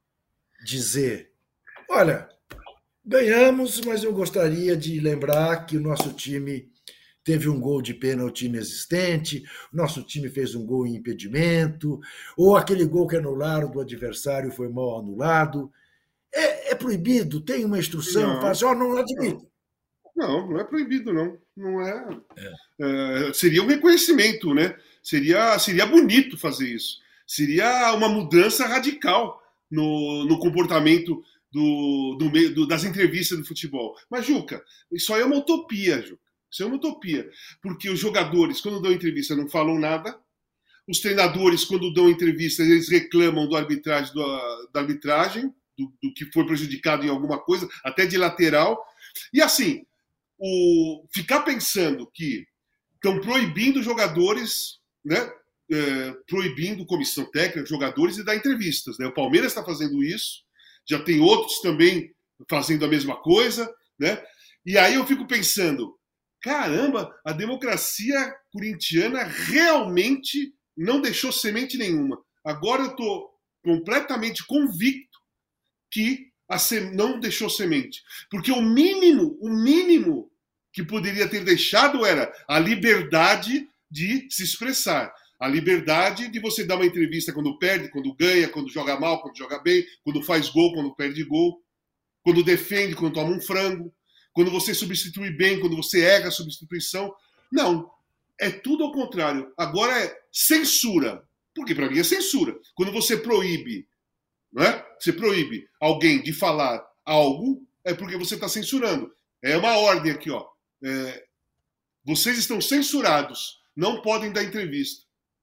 dizer: olha, ganhamos, mas eu gostaria de lembrar que o nosso time teve um gol de pênalti inexistente, o nosso time fez um gol em impedimento, ou aquele gol que anularam do adversário foi mal anulado. É, é proibido, tem uma instrução, Não. fala assim: oh, não admito. Não, não é proibido, não. Não é. é. É, seria um reconhecimento, né? Seria, seria bonito fazer isso. Seria uma mudança radical no, no comportamento do, do, do, das entrevistas do futebol. Mas, Juca, isso aí é uma utopia, Juca. Isso é uma utopia. Porque os jogadores, quando dão entrevista, não falam nada. Os treinadores, quando dão entrevista, eles reclamam do arbitragem, do, da arbitragem, do, do que foi prejudicado em alguma coisa, até de lateral. E assim, o, ficar pensando que estão proibindo jogadores, né? É, proibindo comissão técnica, jogadores e dar entrevistas. Né? O Palmeiras está fazendo isso, já tem outros também fazendo a mesma coisa. Né? E aí eu fico pensando, caramba, a democracia corintiana realmente não deixou semente nenhuma. Agora eu estou completamente convicto que a sem... não deixou semente. Porque o mínimo, o mínimo que poderia ter deixado era a liberdade de se expressar. A liberdade de você dar uma entrevista quando perde, quando ganha, quando joga mal, quando joga bem, quando faz gol, quando perde gol, quando defende, quando toma um frango, quando você substitui bem, quando você erra a substituição. Não, é tudo ao contrário. Agora é censura. Porque para mim é censura. Quando você proíbe, não é? Você proíbe alguém de falar algo, é porque você está censurando. É uma ordem aqui, ó. É, vocês estão censurados, não podem dar entrevista.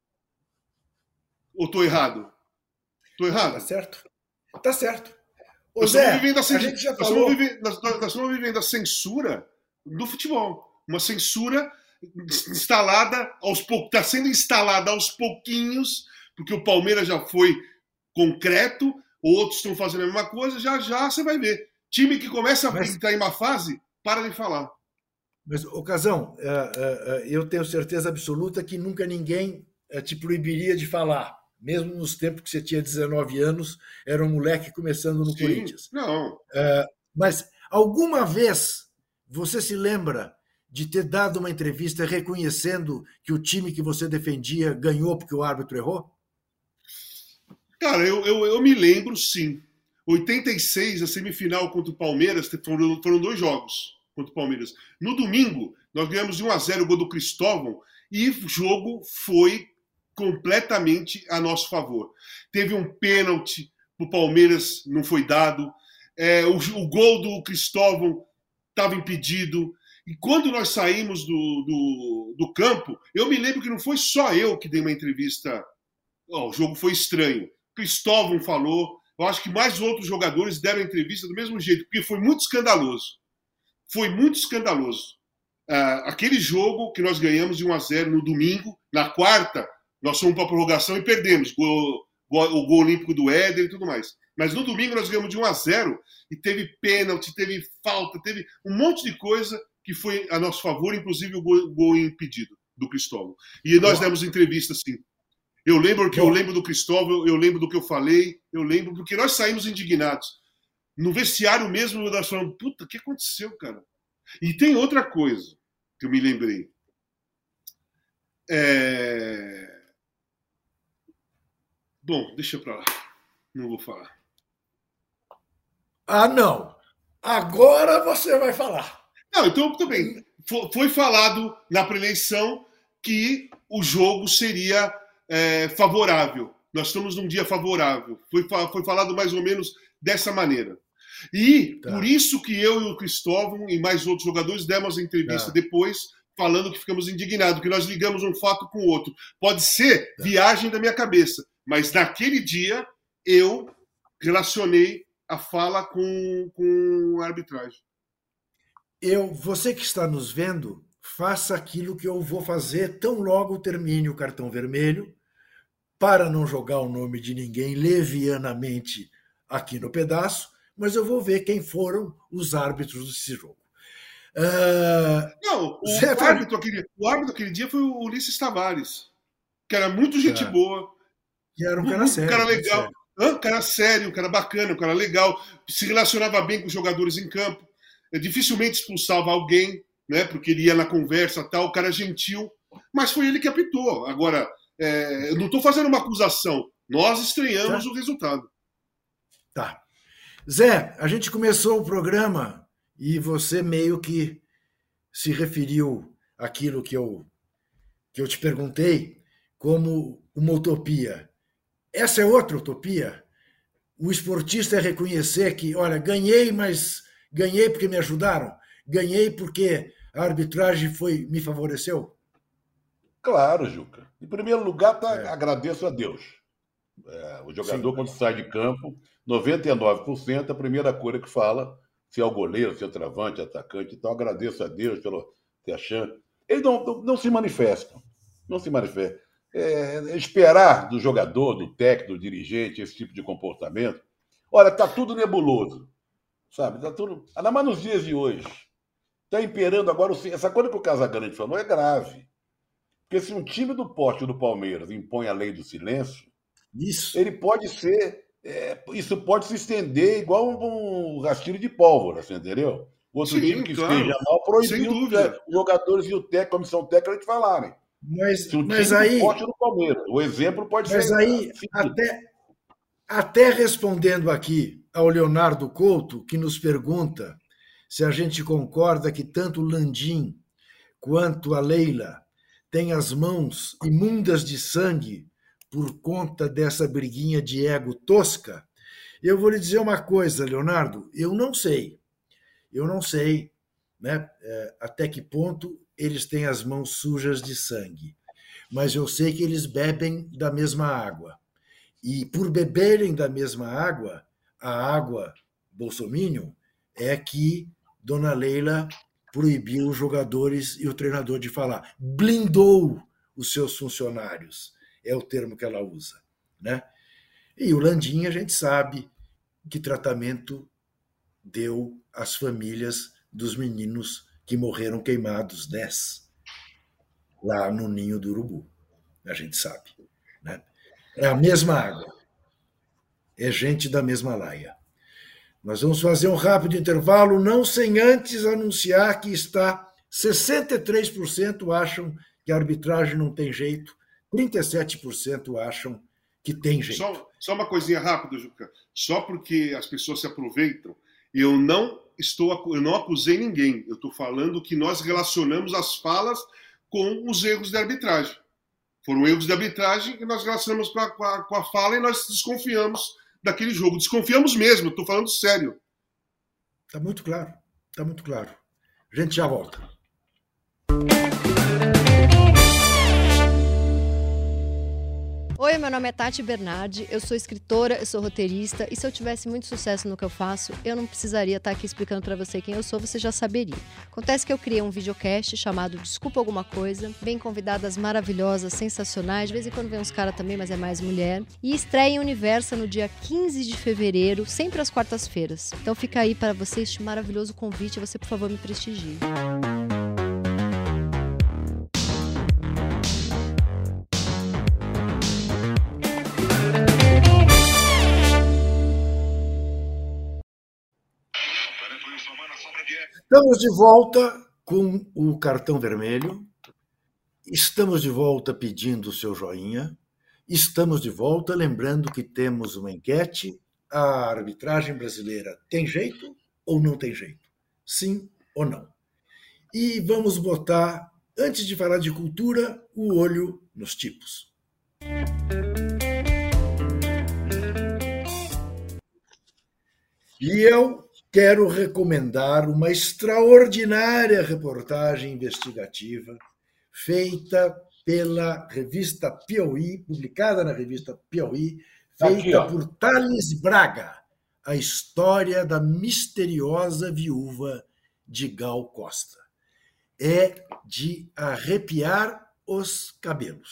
Ou estou errado? Estou errado? Tá certo. Tá certo. Ô, nós, Zé, estamos vivendo a, cen... a gente já nós, falou... estamos vivendo... nós, nós estamos vivendo a censura do futebol. Uma censura instalada aos poucos, está sendo instalada aos pouquinhos, porque o Palmeiras já foi concreto, outros estão fazendo a mesma coisa, já já você vai ver. Time que começa a Mas... entrar em uma fase, para de falar. Mas, Ocasão, eu tenho certeza absoluta que nunca ninguém te proibiria de falar. Mesmo nos tempos que você tinha dezenove anos, era um moleque começando no Sim, Corinthians. Não. Mas alguma vez você se lembra de ter dado uma entrevista reconhecendo que o time que você defendia ganhou porque o árbitro errou? Cara, eu, eu, eu me lembro, sim. oitenta e seis, a semifinal contra o Palmeiras, foram, foram dois jogos contra o Palmeiras. No domingo, nós ganhamos de um a zero o gol do Cristóvão e o jogo foi completamente a nosso favor. Teve um pênalti, o Palmeiras não foi dado, é, o, o gol do Cristóvão estava impedido. E quando nós saímos do, do, do campo, eu me lembro que não foi só eu que dei uma entrevista. Oh, o jogo foi estranho. Cristóvão falou, eu acho que mais outros jogadores deram entrevista do mesmo jeito, porque foi muito escandaloso. Foi muito escandaloso. Uh, aquele jogo que nós ganhamos de um a zero no domingo, na quarta, nós fomos para a prorrogação e perdemos. Gol, gol, o gol olímpico do Éder e tudo mais. Mas no domingo nós ganhamos de um a zero e teve pênalti, teve falta, teve um monte de coisa que foi a nosso favor, inclusive o gol, gol impedido do Cristóvão. E nós demos entrevista, sim. Eu lembro que eu lembro do Cristóvão, eu lembro do que eu falei, eu lembro, porque nós saímos indignados. No vestiário mesmo, nós falamos, puta, o que aconteceu, cara? E tem outra coisa que eu me lembrei. É... Bom, deixa pra lá. Não vou falar. Ah, não. Agora você vai falar. Não, então, tudo bem. Foi falado na preeleição que o jogo seria é, favorável. Nós estamos num dia favorável. Foi, foi falado mais ou menos dessa maneira. E tá. Por isso que eu e o Cristóvão e mais outros jogadores demos a entrevista tá. depois, falando que ficamos indignados, que nós ligamos um fato com o outro. Pode ser tá. viagem da minha cabeça, mas naquele dia eu relacionei a fala com, com a arbitragem. Eu, você que está nos vendo, faça aquilo que eu vou fazer tão logo termine o cartão vermelho, para não jogar o nome de ninguém levianamente aqui no pedaço, mas eu vou ver quem foram os árbitros desse jogo. Uh, não, o, Zé, árbitro aquele, o árbitro aquele dia foi o Ulisses Tavares, que era muito gente é. boa. Que era um cara um, sério. Um cara legal, um cara sério, um cara bacana, um cara legal, se relacionava bem com os jogadores em campo, dificilmente expulsava alguém, né, porque ele ia na conversa, tal, o cara gentil, mas foi ele que apitou. Agora, é, eu não estou fazendo uma acusação, nós estranhamos tá. o resultado. Tá. Zé, a gente começou o programa e você meio que se referiu àquilo que eu, que eu te perguntei como uma utopia. Essa é outra utopia? O esportista é reconhecer que, olha, ganhei, mas ganhei porque me ajudaram, ganhei porque a arbitragem foi, me favoreceu? Claro, Juca. Em primeiro lugar, tá, é. agradeço a Deus. É, o jogador, Sim. quando sai de campo, noventa e nove por cento, a primeira coisa que fala, se é o goleiro, se é o travante, atacante, então agradeço a Deus pelo ter a chance. Eles não, não, não se manifestam. Não se manifestam. É, esperar do jogador, do técnico, do dirigente, esse tipo de comportamento. Olha, está tudo nebuloso. Sabe? Tá tudo... Ainda mais nos dias de hoje. Está imperando agora... O... Essa coisa que o Casagrande falou é grave. Porque se um time do porte do Palmeiras impõe a lei do silêncio, isso. ele pode ser... É, isso pode se estender igual um, um rastilho de pólvora, você entendeu? Outro Sim, time que claro. esteja mal proibiu os jogadores e o técnico, a comissão técnica de falarem. Mas, se um mas time aí... do porte do Palmeiras, o exemplo pode mas ser... Mas aí, até, até respondendo aqui ao Leonardo Couto, que nos pergunta se a gente concorda que tanto o Landim quanto a Leila têm as mãos imundas de sangue por conta dessa briguinha de ego tosca, eu vou lhe dizer uma coisa, Leonardo, eu não sei. Eu não sei, né, até que ponto eles têm as mãos sujas de sangue, mas eu sei que eles bebem da mesma água. E por beberem da mesma água, a água bolsominion é que Dona Leila proibiu os jogadores e o treinador de falar. Blindou os seus funcionários, é o termo que ela usa, né? E o Landim, a gente sabe que tratamento deu às famílias dos meninos que morreram queimados, dez, lá no ninho do urubu. A gente sabe, né? É a mesma água. É gente da mesma laia. Nós vamos fazer um rápido intervalo, não sem antes anunciar que está sessenta e três por cento acham que a arbitragem não tem jeito, trinta e sete por cento acham que tem jeito. Só, só uma coisinha rápida, Juca. Só porque as pessoas se aproveitam, eu não estou, eu não acusei ninguém. Eu estou falando que nós relacionamos as falas com os erros de arbitragem. Foram erros de arbitragem que nós relacionamos com a, com a, com a fala e nós desconfiamos daquele jogo. Desconfiamos mesmo, estou falando sério. Está muito claro, está muito claro. A gente já volta. Oi, meu nome é Tati Bernardi, eu sou escritora, eu sou roteirista, e se eu tivesse muito sucesso no que eu faço, eu não precisaria estar aqui explicando pra você quem eu sou, você já saberia. Acontece que eu criei um videocast chamado Desculpa Alguma Coisa, vem convidadas maravilhosas, sensacionais, de vez em quando vem uns caras também, mas é mais mulher, e estreia em Universa no dia quinze de fevereiro, sempre às quartas-feiras. Então fica aí para você este maravilhoso convite, você por favor me prestigie. Estamos de volta com o cartão vermelho, estamos de volta pedindo o seu joinha, estamos de volta lembrando que temos uma enquete, a arbitragem brasileira tem jeito ou não tem jeito? Sim ou não? E vamos botar, antes de falar de cultura, o olho nos tipos. E eu quero recomendar uma extraordinária reportagem investigativa feita pela revista Piauí, publicada na revista Piauí, feita Aqui, por Thales Braga, a história da misteriosa viúva de Gal Costa. É de arrepiar os cabelos.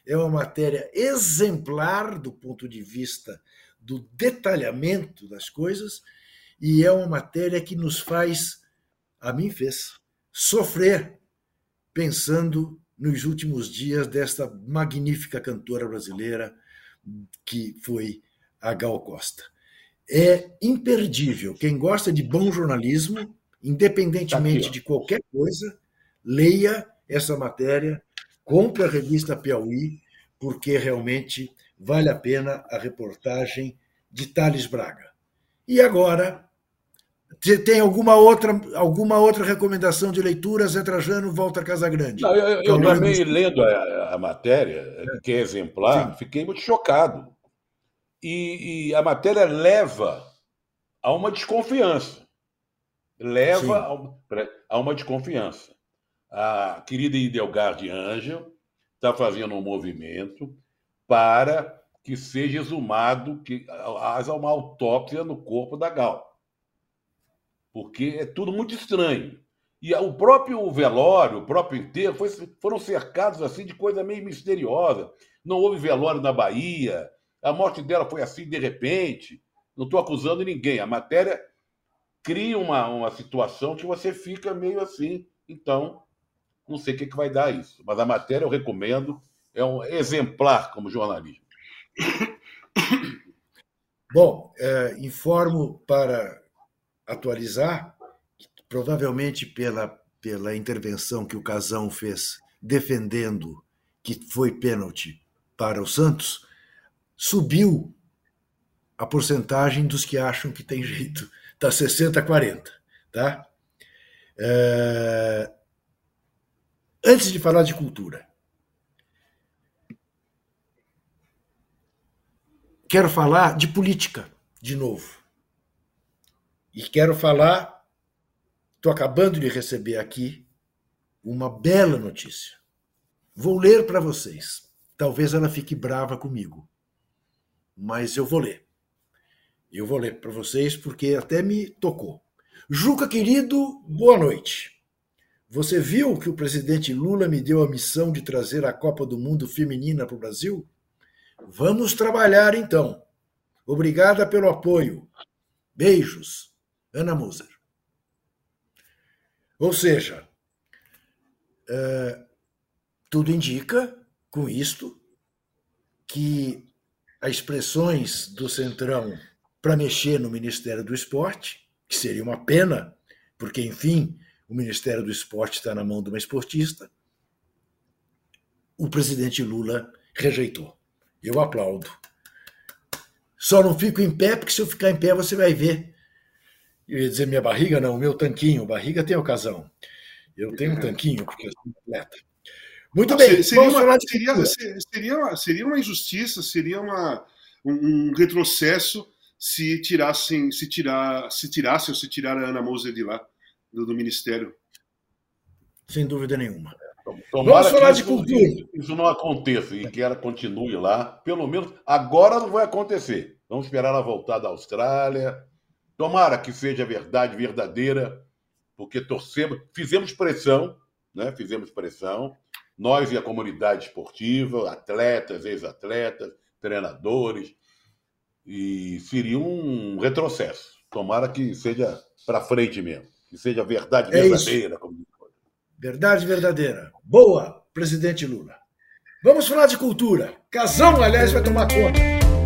é uma matéria exemplar do ponto de vista do detalhamento das coisas, e é uma matéria que nos faz, a mim fez, sofrer pensando nos últimos dias desta magnífica cantora brasileira que foi a Gal Costa. É imperdível. Quem gosta de bom jornalismo, independentemente Aqui, de qualquer coisa, leia essa matéria, compre a revista Piauí, porque realmente vale a pena a reportagem de Thales Braga. E agora, tem alguma outra, alguma outra recomendação de leitura? Zé Trajano, Walter Casagrande. Não, eu, eu também, lendo a, a matéria, que é exemplar, Sim. fiquei muito chocado. E, e a matéria leva a uma desconfiança. Leva a, a uma desconfiança. A querida Idelgarde Ângel está fazendo um movimento para que seja exumado, que haja uma autópsia no corpo da Gal. Porque é tudo muito estranho. E o próprio velório, o próprio enterro, foi, foram cercados assim de coisa meio misteriosa. Não houve velório na Bahia, a morte dela foi assim de repente. Não estou acusando ninguém. A matéria cria uma, uma situação que você fica meio assim. Então, não sei o que, que vai dar isso. Mas a matéria eu recomendo, é um exemplar como jornalismo. Bom, é, informo para atualizar, provavelmente pela, pela intervenção que o Casão fez defendendo que foi pênalti para o Santos, subiu a porcentagem dos que acham que tem jeito. Está sessenta a quarenta. Tá? É... Antes de falar de cultura, quero falar de política, de novo. E quero falar, estou acabando de receber aqui uma bela notícia. Vou ler para vocês. Talvez ela fique brava comigo, mas eu vou ler. Eu vou ler para vocês porque até me tocou. Juca, querido, boa noite. Você viu que o presidente Lula me deu a missão de trazer a Copa do Mundo feminina para o Brasil? Vamos trabalhar, então. Obrigada pelo apoio. Beijos. Ana Moser. Ou seja, é, tudo indica, com isto, que as expressões do Centrão para mexer no Ministério do Esporte, que seria uma pena, porque, enfim, o Ministério do Esporte está na mão de uma esportista, o presidente Lula rejeitou. Eu aplaudo. Só não fico em pé, porque se eu ficar em pé você vai ver. Eu ia dizer minha barriga, não, meu tanquinho. Barriga tem ocasião. Eu tenho um tanquinho, porque eu sou atleta. Muito não, bem, seria, vamos falar de seria, seria, seria uma injustiça, seria uma, um, um retrocesso se tirassem, se tirar, se tirassem ou se tirar a Ana Moser de lá, do, do Ministério. Sem dúvida nenhuma. Tomara Vamos falar de isso, cultura. Isso não aconteça e que ela continue lá. Pelo menos agora não vai acontecer. Vamos esperar ela voltar da Austrália. Tomara que seja verdade, verdadeira, porque torcemos, fizemos pressão, né? Fizemos pressão, nós e a comunidade esportiva, atletas, ex-atletas, treinadores, e seria um retrocesso. Tomara que seja para frente mesmo, que seja verdade é verdadeira. Isso. Como... Verdade verdadeira. Boa, presidente Lula. Vamos falar de cultura. Casão, aliás, vai tomar conta.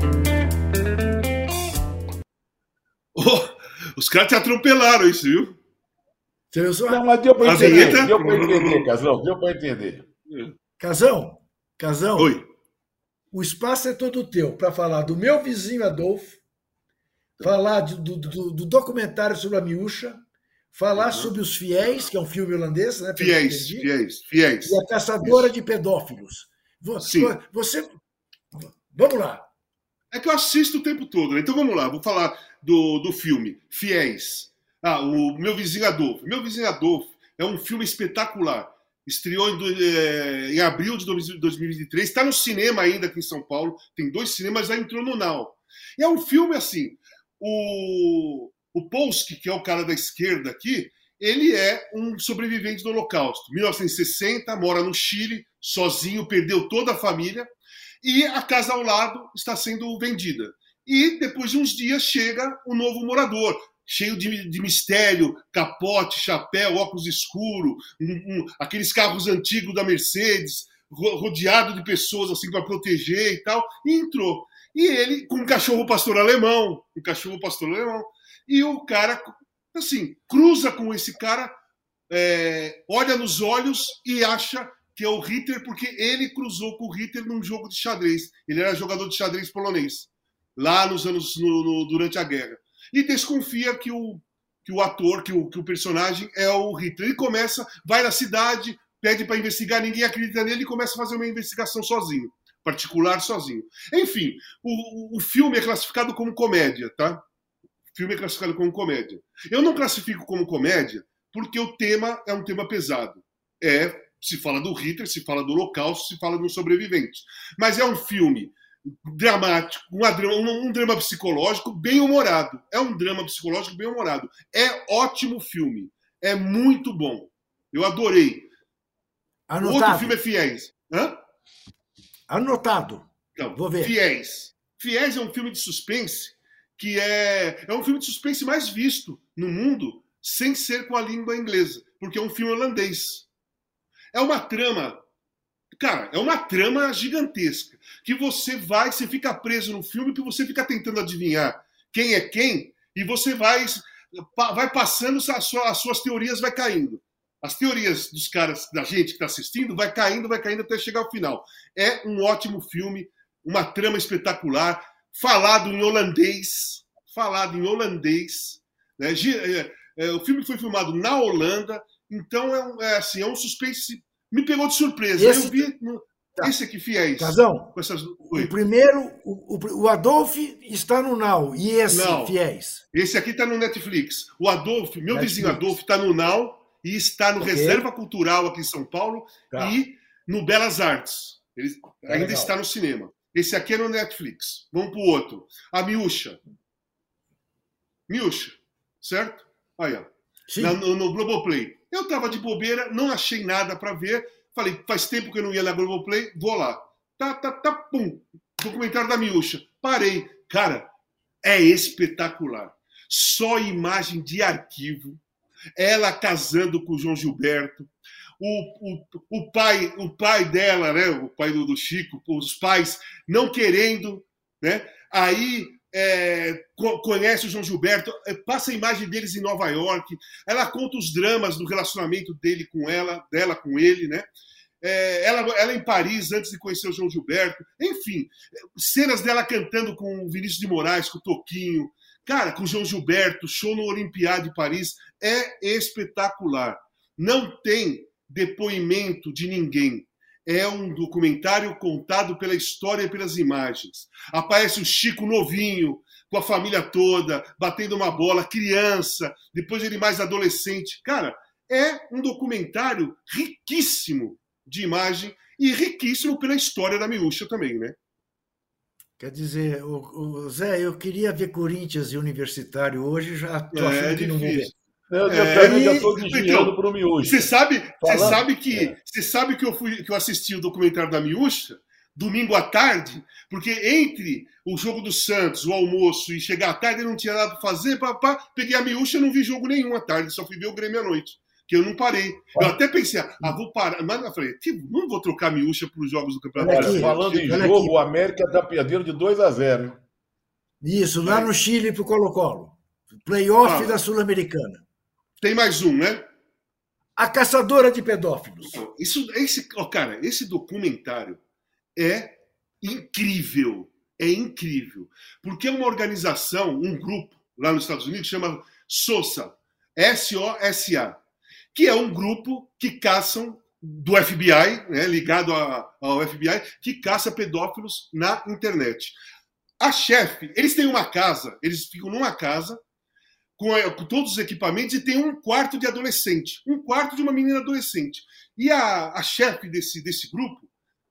Oh, os caras te atropelaram isso, viu? Você viu só? Não, mas deu para entender, vinheta... deu para entender, Casão, deu para entender. Casão, Casão. Oi. O espaço é todo teu para falar do meu vizinho Adolfo, falar do, do, do, do documentário sobre a Miúcha, falar uhum. sobre Os Fiéis, que é um filme holandês, né? Fiéis, fiéis, fiéis. E a Caçadora Isso. de Pedófilos. Você, Sim. você... Vamos lá. É que eu assisto o tempo todo, né? Então vamos lá, vou falar do, do filme Fiéis. Ah, o Meu Vizinho Adolfo. Meu Vizinho Adolfo é um filme espetacular. Estreou em, é, em abril de dois mil e vinte e três. Está no cinema ainda aqui em São Paulo. Tem dois cinemas, já entrou no Now. E é um filme assim. O, o Polsky, que é o cara da esquerda aqui, ele é um sobrevivente do Holocausto. mil novecentos e sessenta, mora no Chile, sozinho, perdeu toda a família, e a casa ao lado está sendo vendida. E depois de uns dias chega o novo morador, cheio de, de mistério, capote, chapéu, óculos escuro, um, um, aqueles carros antigos da Mercedes, rodeado de pessoas assim para proteger e tal, e entrou. E ele, com um cachorro pastor alemão, um cachorro pastor alemão, e o cara, assim, cruza com esse cara, é, olha nos olhos e acha que é o Hitler, porque ele cruzou com o Hitler num jogo de xadrez. Ele era jogador de xadrez polonês, lá nos anos, no, no, durante a guerra. E desconfia que o, que o ator, que o, que o personagem é o Hitler. Ele começa, vai na cidade, pede para investigar, ninguém acredita nele e começa a fazer uma investigação sozinho, particular sozinho. Enfim, o, o filme é classificado como comédia, tá? O filme é classificado como comédia. Eu não classifico como comédia porque o tema é um tema pesado. É, se fala do Hitler, se fala do Holocausto, se fala dos sobreviventes. Mas é um filme dramático, um, um, um drama psicológico bem humorado. É um drama psicológico bem humorado. É ótimo filme. É muito bom. Eu adorei. Anotado. Outro filme é Fiéis. Hã? Anotado. Então, vou ver. Fiéis. Fiéis é um filme de suspense que é, é um filme de suspense mais visto no mundo sem ser com a língua inglesa, porque é um filme holandês. É uma trama, cara, é uma trama gigantesca, que você vai, você fica preso no filme, que você fica tentando adivinhar quem é quem, e você vai, vai passando, as suas, as suas teorias vai caindo. As teorias dos caras, da gente que está assistindo, vai caindo, vai caindo até chegar ao final. É um ótimo filme, uma trama espetacular, falado em holandês, falado em holandês, né? É, é, o filme foi filmado na Holanda, então é, um, é, assim, é um suspense, me pegou de surpresa. Esse, eu vi no, tá. Esse aqui, Fiéis. Casão, com essas... o primeiro, o, o, o Adolf está no Now, e esse, Now. Fiéis? Esse aqui está no Netflix. O Adolf, meu Netflix. vizinho Adolf, está no Now, e está no okay. Reserva Cultural aqui em São Paulo, tá. e no Belas Artes. Ele tá ainda legal. Está no cinema. Esse aqui é no Netflix. Vamos para o outro. A Miúcha. Miúcha, certo? Aí, ó. Na, no, no Globoplay. Eu tava de bobeira, não achei nada para ver. Falei, faz tempo que eu não ia na Globoplay, vou lá. Tá, tá, tá, pum. Documentário da Miúcha. Parei. Cara, é espetacular. Só imagem de arquivo. Ela casando com o João Gilberto. O, o, o, pai, o pai dela, né? O pai do, do Chico, os pais não querendo, né? Aí é, conhece o João Gilberto, passa a imagem deles em Nova York, ela conta os dramas do relacionamento dele com ela, dela com ele, né? É, ela, ela em Paris, antes de conhecer o João Gilberto, enfim, cenas dela cantando com o Vinícius de Moraes, com o Toquinho, cara, com o João Gilberto, show no Olympiade de Paris, é espetacular. Não tem depoimento de ninguém. É um documentário contado pela história e pelas imagens. Aparece o Chico novinho, com a família toda, batendo uma bola, criança, depois ele mais adolescente. Cara, é um documentário riquíssimo de imagem e riquíssimo pela história da Miúcha também, né? Quer dizer, o, o Zé, eu queria ver Corinthians e Universitário hoje, já estou achando é que não vou ver. Eu, eu é, também já estou desviando para o Miúcha. Você sabe, você sabe que, é. você sabe que eu fui, que eu assisti o documentário da Miúcha domingo à tarde, porque entre o jogo do Santos, o almoço e chegar à tarde eu não tinha nada para fazer, papá, peguei a Miúcha e não vi jogo nenhum à tarde, só fui ver o Grêmio à noite, que eu não parei. Eu até pensei, ah, vou parar, mas eu falei, não vou trocar a Miúcha para os jogos do Campeonato Brasileiro. Falando em jogo, aqui. O América está perdendo de dois a zero. Isso, lá é. no Chile para o Colo-Colo. Playoff ah. da Sul-Americana. Tem mais um, né? A Caçadora de Pedófilos. Isso, esse, oh, cara, esse documentário é incrível. É incrível. Porque é uma organização, um grupo, lá nos Estados Unidos, chama SOSA. S O S A. Que é um grupo que caçam do F B I, né, ligado a, ao F B I, que caça pedófilos na internet. A chefe, eles têm uma casa, eles ficam numa casa, Com, com todos os equipamentos, e tem um quarto de adolescente, um quarto de uma menina adolescente. E a, a chefe desse, desse grupo,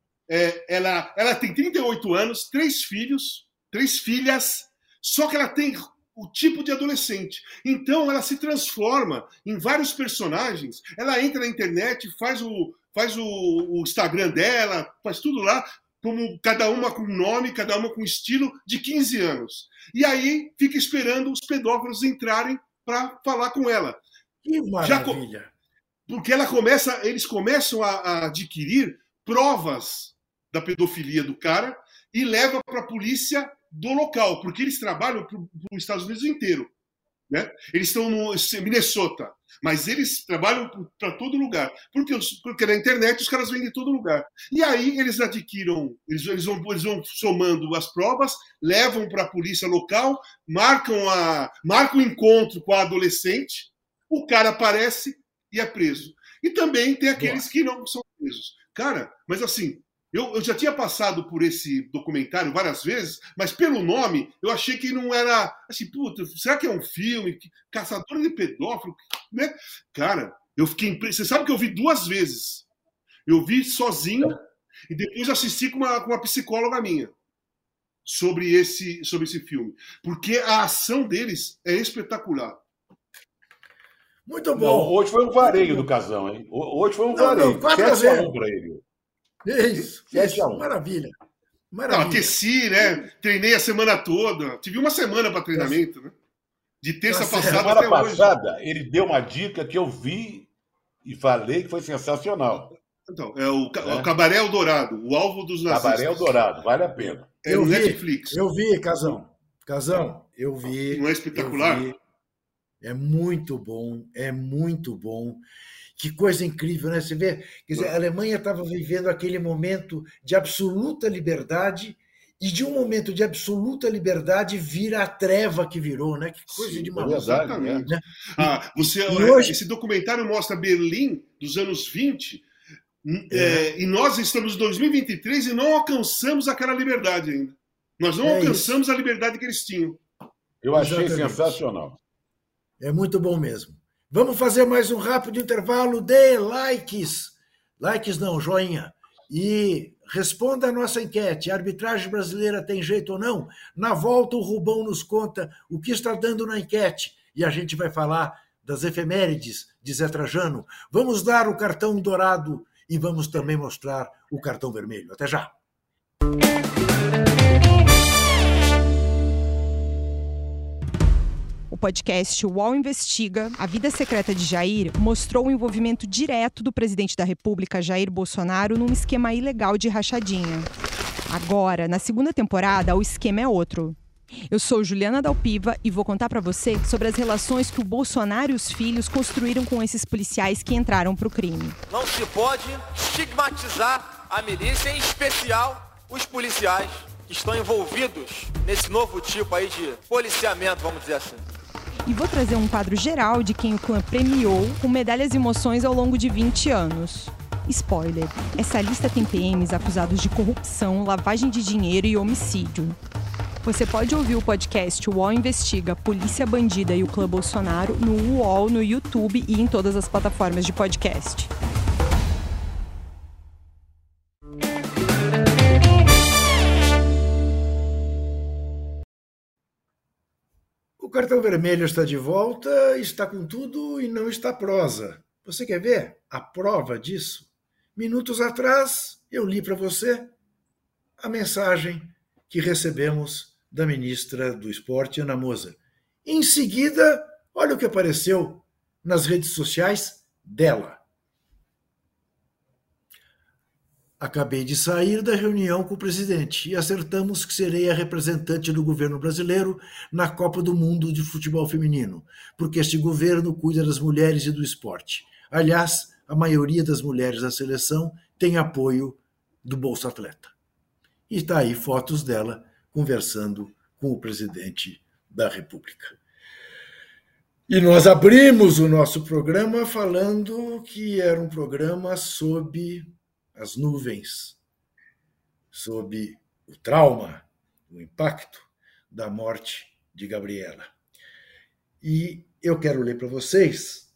é, ela, ela tem trinta e oito anos, três filhos, três filhas, só que ela tem o tipo de adolescente. Então ela se transforma em vários personagens, ela entra na internet, faz o, faz o, o Instagram dela, faz tudo lá, como cada uma com nome, cada uma com estilo, de quinze anos. E aí fica esperando os pedófilos entrarem para falar com ela. Que maravilha! Já, porque ela começa, eles começam a, a adquirir provas da pedofilia do cara e leva para a polícia do local, porque eles trabalham para os Estados Unidos inteiro. Né? Eles estão no Minnesota, mas eles trabalham para todo lugar, porque, porque na internet os caras vêm de todo lugar. E aí eles adquiram, eles, eles, vão, eles vão somando as provas, levam para a polícia local, marcam a marcam o encontro com a adolescente, o cara aparece e é preso. E também tem aqueles Boa. que não são presos. Cara, mas assim, eu, eu já tinha passado por esse documentário várias vezes, mas pelo nome eu achei que não era assim, puta, será que é um filme? Caçador de pedófilo? Né? Cara, eu fiquei. Você sabe que eu vi duas vezes. Eu vi sozinho e depois assisti com uma, com uma psicóloga minha sobre esse, sobre esse filme. Porque a ação deles é espetacular. Muito bom. Não, hoje foi um vareio do Casão, hein? Hoje foi um não, vareio. sete a um para ele. Isso, isso. Maravilha. Maravilha. Não, aqueci, né? Treinei a semana toda. Tive uma semana para treinamento, né? De terça Nossa, passada semana até passada, hoje. Ele deu uma dica que eu vi e falei que foi sensacional. Então, é o, é. o Cabaré Eldorado, o alvo dos nazistas. Cabaré Eldorado, vale a pena. É eu no vi, Netflix. Eu vi, Casão. Casão, eu vi. Não é espetacular? Vi. É muito bom, é muito bom. Que coisa incrível, né? Você vê, quer dizer, a Alemanha estava vivendo aquele momento de absoluta liberdade e de um momento de absoluta liberdade vira a treva que virou, né? Que coisa Sim, de maluco. Exatamente. Né? Ah, você, e hoje... Esse documentário mostra Berlim dos anos vinte é. É, e nós estamos em dois mil e vinte e três e não alcançamos aquela liberdade ainda. Nós não é alcançamos isso. a liberdade que eles tinham. Eu achei Exatamente. sensacional. É muito bom mesmo. Vamos fazer mais um rápido intervalo de likes. Likes não, joinha. E responda a nossa enquete. A arbitragem brasileira tem jeito ou não? Na volta, o Rubão nos conta o que está dando na enquete. E a gente vai falar das efemérides de Zé Trajano. Vamos dar o cartão dourado e vamos também mostrar o cartão vermelho. Até já. O podcast U O L Investiga, A Vida Secreta de Jair, mostrou o envolvimento direto do presidente da República, Jair Bolsonaro, num esquema ilegal de rachadinha. Agora, na segunda temporada, o esquema é outro. Eu sou Juliana Dalpiva e vou contar para você sobre as relações que o Bolsonaro e os filhos construíram com esses policiais que entraram para o crime. Não se pode estigmatizar a milícia, em especial os policiais que estão envolvidos nesse novo tipo aí de policiamento, vamos dizer assim. E vou trazer um quadro geral de quem o clã premiou com medalhas e emoções ao longo de vinte anos. Spoiler, essa lista tem P Ms acusados de corrupção, lavagem de dinheiro e homicídio. Você pode ouvir o podcast U O L Investiga, Polícia Bandida e o Clã Bolsonaro no U O L, no YouTube e em todas as plataformas de podcast. O cartão vermelho está de volta, está com tudo e não está prosa. Você quer ver a prova disso? Minutos atrás, eu li para você a mensagem que recebemos da ministra do Esporte, Ana Moser. Em seguida, olha o que apareceu nas redes sociais dela. Acabei de sair da reunião com o presidente e acertamos que serei a representante do governo brasileiro na Copa do Mundo de Futebol Feminino, porque este governo cuida das mulheres e do esporte. Aliás, a maioria das mulheres da seleção tem apoio do Bolsa Atleta. E está aí fotos dela conversando com o presidente da República. E nós abrimos o nosso programa falando que era um programa sob as nuvens, sob o trauma, o impacto da morte de Gabriela. E eu quero ler para vocês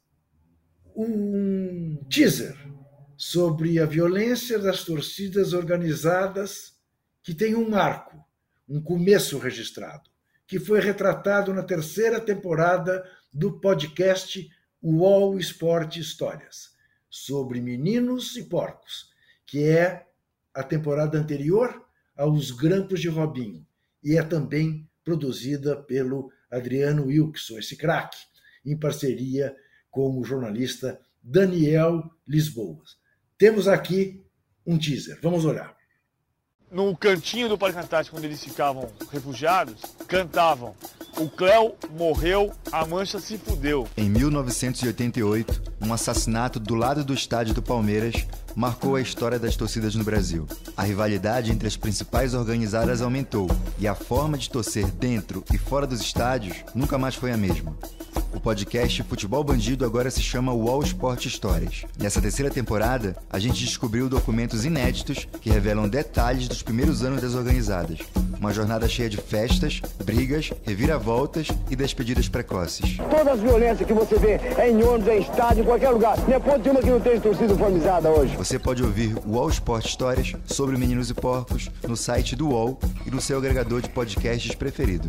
um teaser sobre a violência das torcidas organizadas que tem um marco, um começo registrado, que foi retratado na terceira temporada do podcast U O L Esporte Histórias, sobre Meninos e Porcos, que é a temporada anterior aos Grampos de Robinho, e é também produzida pelo Adriano Wilson, esse craque, em parceria com o jornalista Daniel Lisboa. Temos aqui um teaser, vamos olhar. No cantinho do Parque Antártico, onde eles ficavam refugiados, cantavam: "O Cléo morreu, a Mancha se fudeu". Em mil novecentos e oitenta e oito, um assassinato do lado do estádio do Palmeiras marcou a história das torcidas no Brasil. A rivalidade entre as principais organizadas aumentou e a forma de torcer dentro e fora dos estádios nunca mais foi a mesma. O podcast Futebol Bandido agora se chama UOL Esporte Histórias. Nessa terceira temporada, a gente descobriu documentos inéditos que revelam detalhes dos primeiros anos das organizadas. Uma jornada cheia de festas, brigas, reviravoltas e despedidas precoces. Todas as violências que você vê é em ônibus, é em estádio, em qualquer lugar. Não é ponto de uma que não tem torcida uniformizada hoje. Você pode ouvir o UOL Esporte Histórias sobre Meninos e Porcos no site do UOL e no seu agregador de podcasts preferido.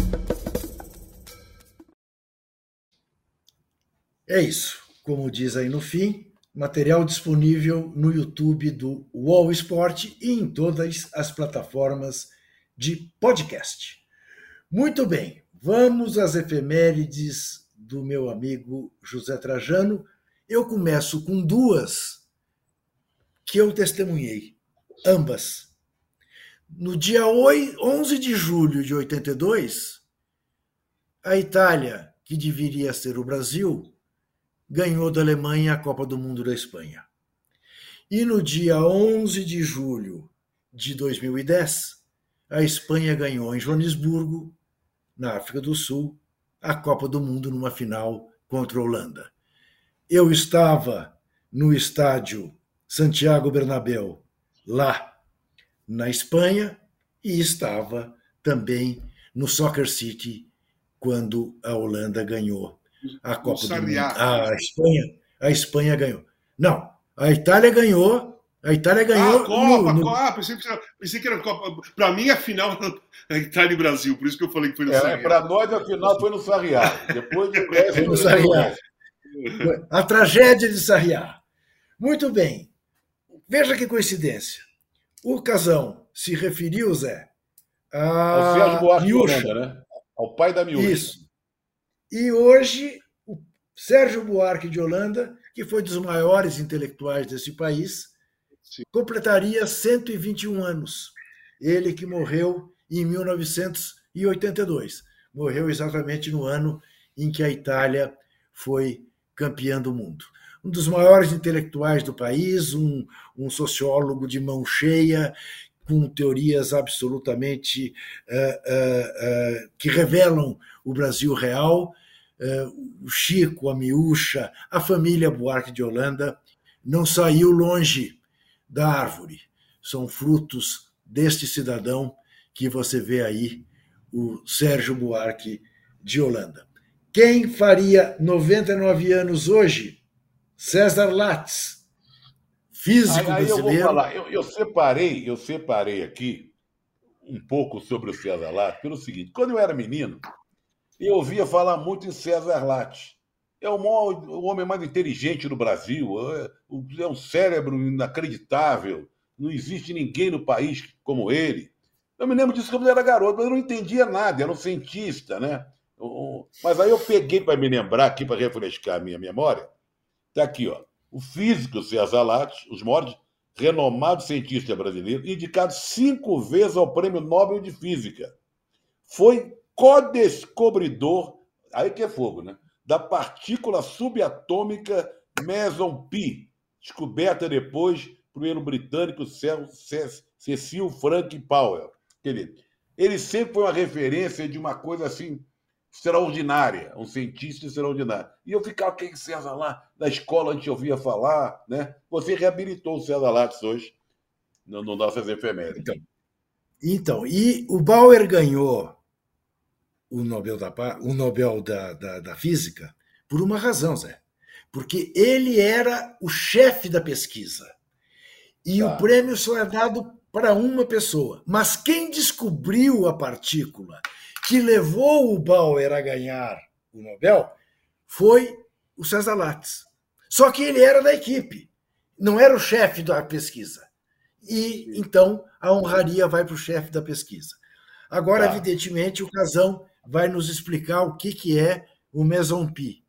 É isso. Como diz aí no fim, material disponível no YouTube do UOL Esporte e em todas as plataformas de podcast. Muito bem, vamos às efemérides do meu amigo José Trajano. Eu começo com duas que eu testemunhei, ambas. No dia onze de julho de oitenta e dois, a Itália, que deveria ser o Brasil, ganhou da Alemanha a Copa do Mundo da Espanha. E no dia onze de julho de dois mil e dez, a Espanha ganhou em Joanesburgo, na África do Sul, a Copa do Mundo numa final contra a Holanda. Eu estava no estádio Santiago Bernabéu, lá na Espanha, e estava também no Soccer City, quando a Holanda ganhou a Copa do Mundo. A Espanha, a Espanha ganhou. Não, a Itália ganhou. A Itália ganhou. Ah, Copa, no, no... Ah, pensei que, era, pensei que era Copa. Para mim, a final é Itália e Brasil, por isso que eu falei que foi no é, Sarriá. Para nós, a final foi no Sarriá. Depois de foi no Sarriá. A tragédia de Sarriá. Muito bem. Veja que coincidência. O Casão se referiu, Zé, a ao Sérgio Buarque de Holanda, né? Ao pai da Miúcha. Isso. E hoje, o Sérgio Buarque de Holanda, que foi dos maiores intelectuais desse país, Sim. completaria cento e vinte e um anos. Ele que morreu em mil novecentos e oitenta e dois. Morreu exatamente no ano em que a Itália foi campeã do mundo. Um dos maiores intelectuais do país, um, um sociólogo de mão cheia, com teorias absolutamente uh, uh, uh, que revelam o Brasil real. Uh, o Chico, a Miúcha, a família Buarque de Holanda não saiu longe da árvore. São frutos deste cidadão que você vê aí, o Sérgio Buarque de Holanda. Quem faria noventa e nove anos hoje? César Lattes, físico aí, aí brasileiro. Eu, vou falar. Eu, eu, separei, eu separei aqui um pouco sobre o César Lattes pelo seguinte: quando eu era menino, eu ouvia falar muito em César Lattes. É o, maior, o homem mais inteligente do Brasil, é um cérebro inacreditável, não existe ninguém no país como ele. Eu me lembro disso quando eu era garoto, mas eu não entendia nada, era um cientista, né? Mas aí eu peguei para me lembrar aqui, para refrescar a minha memória. Está aqui, ó. O físico César Lattes, os maiores renomados cientistas brasileiros, indicado cinco vezes ao Prêmio Nobel de Física. Foi co-descobridor, aí que é fogo, né? Da partícula subatômica meson pi, descoberta depois pelo britânico Cecil Frank Powell. Ele sempre foi uma referência de uma coisa assim extraordinária, um cientista extraordinário. E eu ficava com César lá, na escola a gente ouvia falar, né? Você reabilitou o César Lattes hoje, no, no nossas efemérides. Então, então, e o Bauer ganhou o Nobel da, o Nobel da, da, da Física por uma razão, Zé. Porque ele era o chefe da pesquisa. E tá. O prêmio só é dado para uma pessoa. Mas quem descobriu a partícula que levou o Bauer a ganhar o Nobel foi o César Lattes. Só que ele era da equipe, não era o chefe da pesquisa. E, então, a honraria vai para o chefe da pesquisa. Agora, tá. Evidentemente, o Casão vai nos explicar o que, que é o Maison-Pi.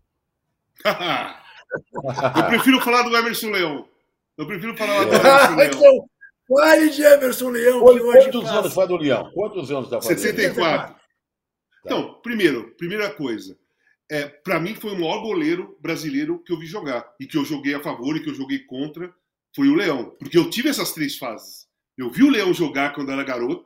Eu prefiro falar do Emerson Leão. Eu prefiro falar do Emerson Leão. Então, fale de Emerson Leão. Que hoje Quantos passa. anos faz do Leão? Quantos anos está fazendo? sessenta e quatro. Tá. Então, primeiro, primeira coisa. É, para mim, foi o maior goleiro brasileiro que eu vi jogar. E que eu joguei a favor e que eu joguei contra. Foi o Leão. Porque eu tive essas três fases. Eu vi o Leão jogar quando era garoto.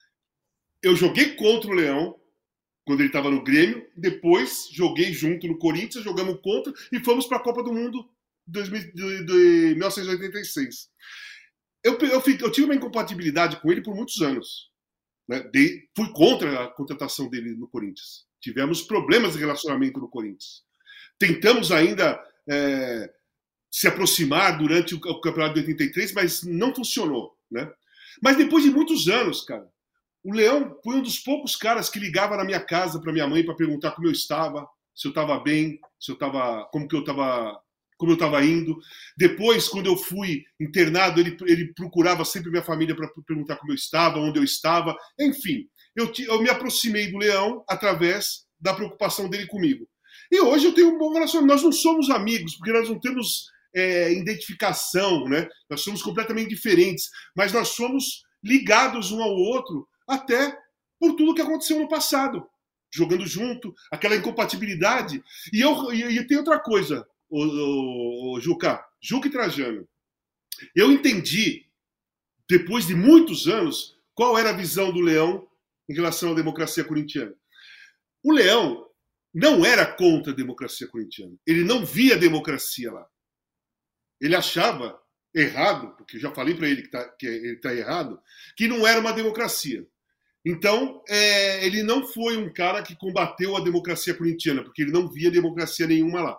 Eu joguei contra o Leão quando ele estava no Grêmio. Depois, joguei junto no Corinthians, jogamos contra e fomos para a Copa do Mundo de mil novecentos e oitenta e seis. Eu, eu, eu tive uma incompatibilidade com ele por muitos anos. Né? De, fui contra a contratação dele no Corinthians. Tivemos problemas de relacionamento no Corinthians. Tentamos ainda é, se aproximar durante o, o Campeonato de oitenta e três, mas não funcionou. Né? Mas depois de muitos anos, cara, o Leão foi um dos poucos caras que ligava na minha casa para minha mãe para perguntar como eu estava, se eu estava bem, se eu estava, como que eu estava, como eu estava indo. Depois, quando eu fui internado, ele, ele procurava sempre minha família para perguntar como eu estava, onde eu estava. Enfim, eu, eu me aproximei do Leão através da preocupação dele comigo. E hoje eu tenho um bom relacionamento. Nós não somos amigos, porque nós não temos é, identificação, né? Nós somos completamente diferentes, mas nós somos ligados um ao outro até por tudo que aconteceu no passado, jogando junto, aquela incompatibilidade. E, eu, e, e tem outra coisa, o, o, o Juca, Juca e Trajano. Eu entendi, depois de muitos anos, qual era a visão do Leão em relação à democracia corintiana. O Leão não era contra a democracia corintiana. Ele não via a democracia lá. Ele achava errado, porque eu já falei para ele que, tá, que ele está errado, que não era uma democracia. Então, é, ele não foi um cara que combateu a democracia corintiana, porque ele não via democracia nenhuma lá.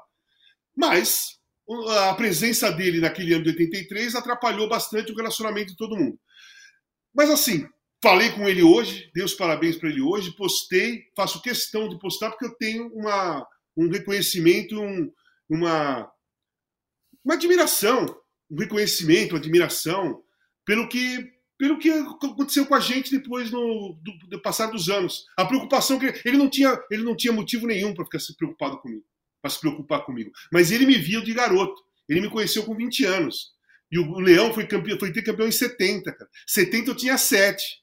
Mas a presença dele naquele ano de oitenta e três atrapalhou bastante o relacionamento de todo mundo. Mas assim, falei com ele hoje, dei os parabéns para ele hoje, postei, faço questão de postar, porque eu tenho uma, um reconhecimento, um, uma, uma admiração, um reconhecimento, uma admiração pelo que... pelo que aconteceu com a gente depois no, do, do passar dos anos. A preocupação que ele não tinha, ele não tinha motivo nenhum para ficar se preocupado comigo, para se preocupar comigo. Mas ele me viu de garoto. Ele me conheceu com vinte anos. E o Leão foi, campeão, foi ter campeão em setenta, cara. setenta eu tinha sete.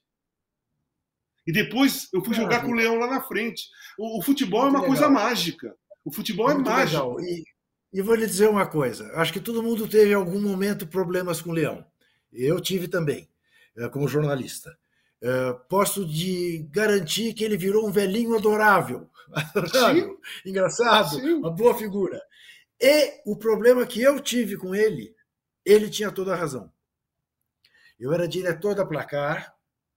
E depois eu fui jogar ah, com o Leão lá na frente. O, o futebol é uma legal. coisa mágica. O futebol muito é mágico. E, e vou lhe dizer uma coisa. Acho que todo mundo teve em algum momento problemas com o Leão. Eu tive também, como jornalista. Posso de garantir que ele virou um velhinho adorável. adorável engraçado, Sim. uma boa figura. E o problema que eu tive com ele, ele tinha toda a razão. Eu era diretor da Placar,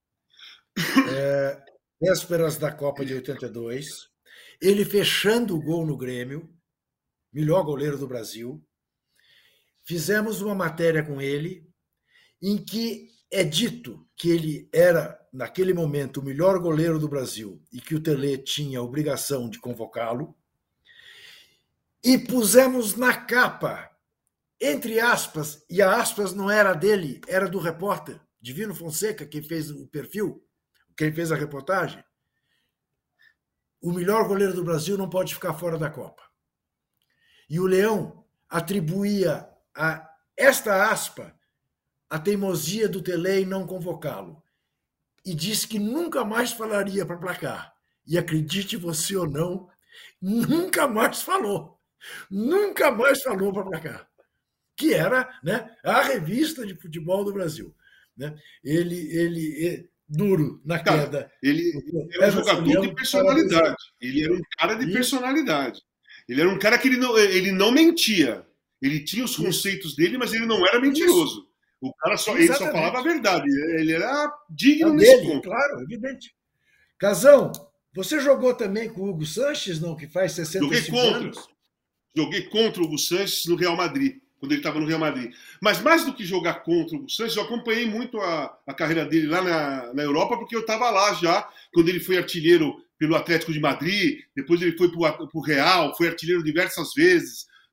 é, vésperas da Copa de oitenta e dois, ele fechando o gol no Grêmio, melhor goleiro do Brasil. Fizemos uma matéria com ele, em que é dito que ele era, naquele momento, o melhor goleiro do Brasil e que o Tele tinha a obrigação de convocá-lo. E pusemos na capa, entre aspas, e a aspas não era dele, era do repórter, Divino Fonseca, quem fez o perfil, quem fez a reportagem. O melhor goleiro do Brasil não pode ficar fora da Copa. E o Leão atribuía a esta aspa a teimosia do Tele em não convocá-lo. E disse que nunca mais falaria para Placar. E acredite você ou não, nunca mais falou. Nunca mais falou para Placar. Que era, né, a revista de futebol do Brasil. Né? Ele, ele, ele, duro na queda. Cara, ele, ele era um jogador de personalidade. Ele era um cara de personalidade. Ele era um cara que ele não, ele não mentia. Ele tinha os conceitos Isso. dele, mas ele não era mentiroso. Isso. O cara só, ele só falava a verdade. Ele era digno é nesse dele, ponto. Claro, evidente. Casão, você jogou também com o Hugo Sanches, não? Que faz sessenta e cinco Joguei anos? Contra. Joguei contra o Hugo Sanches no Real Madrid, quando ele estava no Real Madrid. Mas mais do que jogar contra o Hugo Sanches, eu acompanhei muito a, a carreira dele lá na, na Europa, porque eu estava lá já, quando ele foi artilheiro pelo Atlético de Madrid, depois ele foi para o Real, foi artilheiro diversas vezes,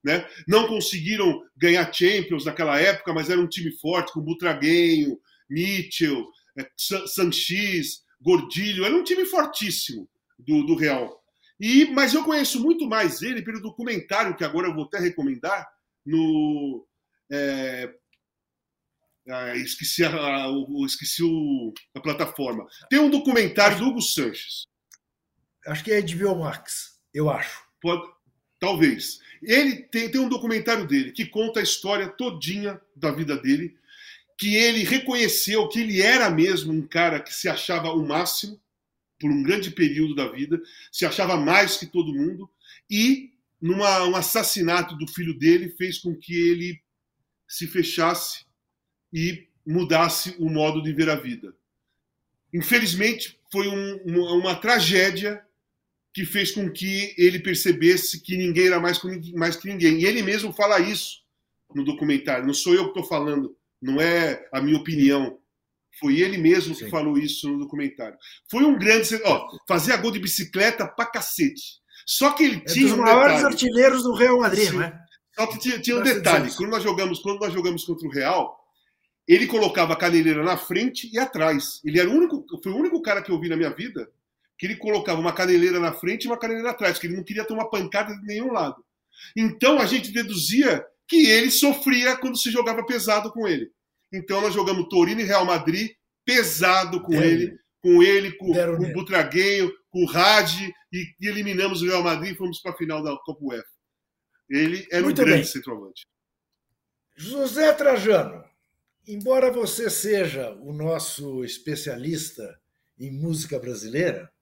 né? Não conseguiram ganhar Champions naquela época, mas era um time forte, com Butragueño, Mitchell, Sanches, Gordilho. Era um time fortíssimo do, do Real. E, mas eu conheço muito mais ele pelo documentário, que agora eu vou até recomendar, no... É, ah, esqueci, a, o, esqueci o, a plataforma. Tem um documentário do Hugo Sanches. Acho que é H B O Max, eu acho. Pode, talvez. Ele tem, tem um documentário dele que conta a história todinha da vida dele, que ele reconheceu que ele era mesmo um cara que se achava o máximo por um grande período da vida, se achava mais que todo mundo, e numa, um assassinato do filho dele fez com que ele se fechasse e mudasse o modo de ver a vida. Infelizmente, foi um, uma, uma tragédia que fez com que ele percebesse que ninguém era mais, mais que ninguém. E ele mesmo fala isso no documentário. Não sou eu que estou falando, não é a minha opinião. Foi ele mesmo Sim. que falou isso no documentário. Foi um grande... Ó, fazia gol de bicicleta pra cacete. Só que ele é tinha dos um maiores detalhe. artilheiros do Real Madrid, Sim. não é? Só que tinha, tinha um detalhe. Quando nós, jogamos, quando nós jogamos contra o Real, ele colocava a caneleira na frente e atrás. Ele era o único, foi o único cara que eu vi na minha vida que ele colocava uma caneleira na frente e uma caneleira atrás, porque ele não queria ter uma pancada de nenhum lado. Então a gente deduzia que ele sofria quando se jogava pesado com ele. Então nós jogamos Torino e Real Madrid pesado com Deram, ele, com ele, com, Deram, com o Butragueño, com o Radi, e, e eliminamos o Real Madrid e fomos para a final da Copa UEFA. Ele era Muito um grande bem. centroavante. José Trajano, embora você seja o nosso especialista em música brasileira,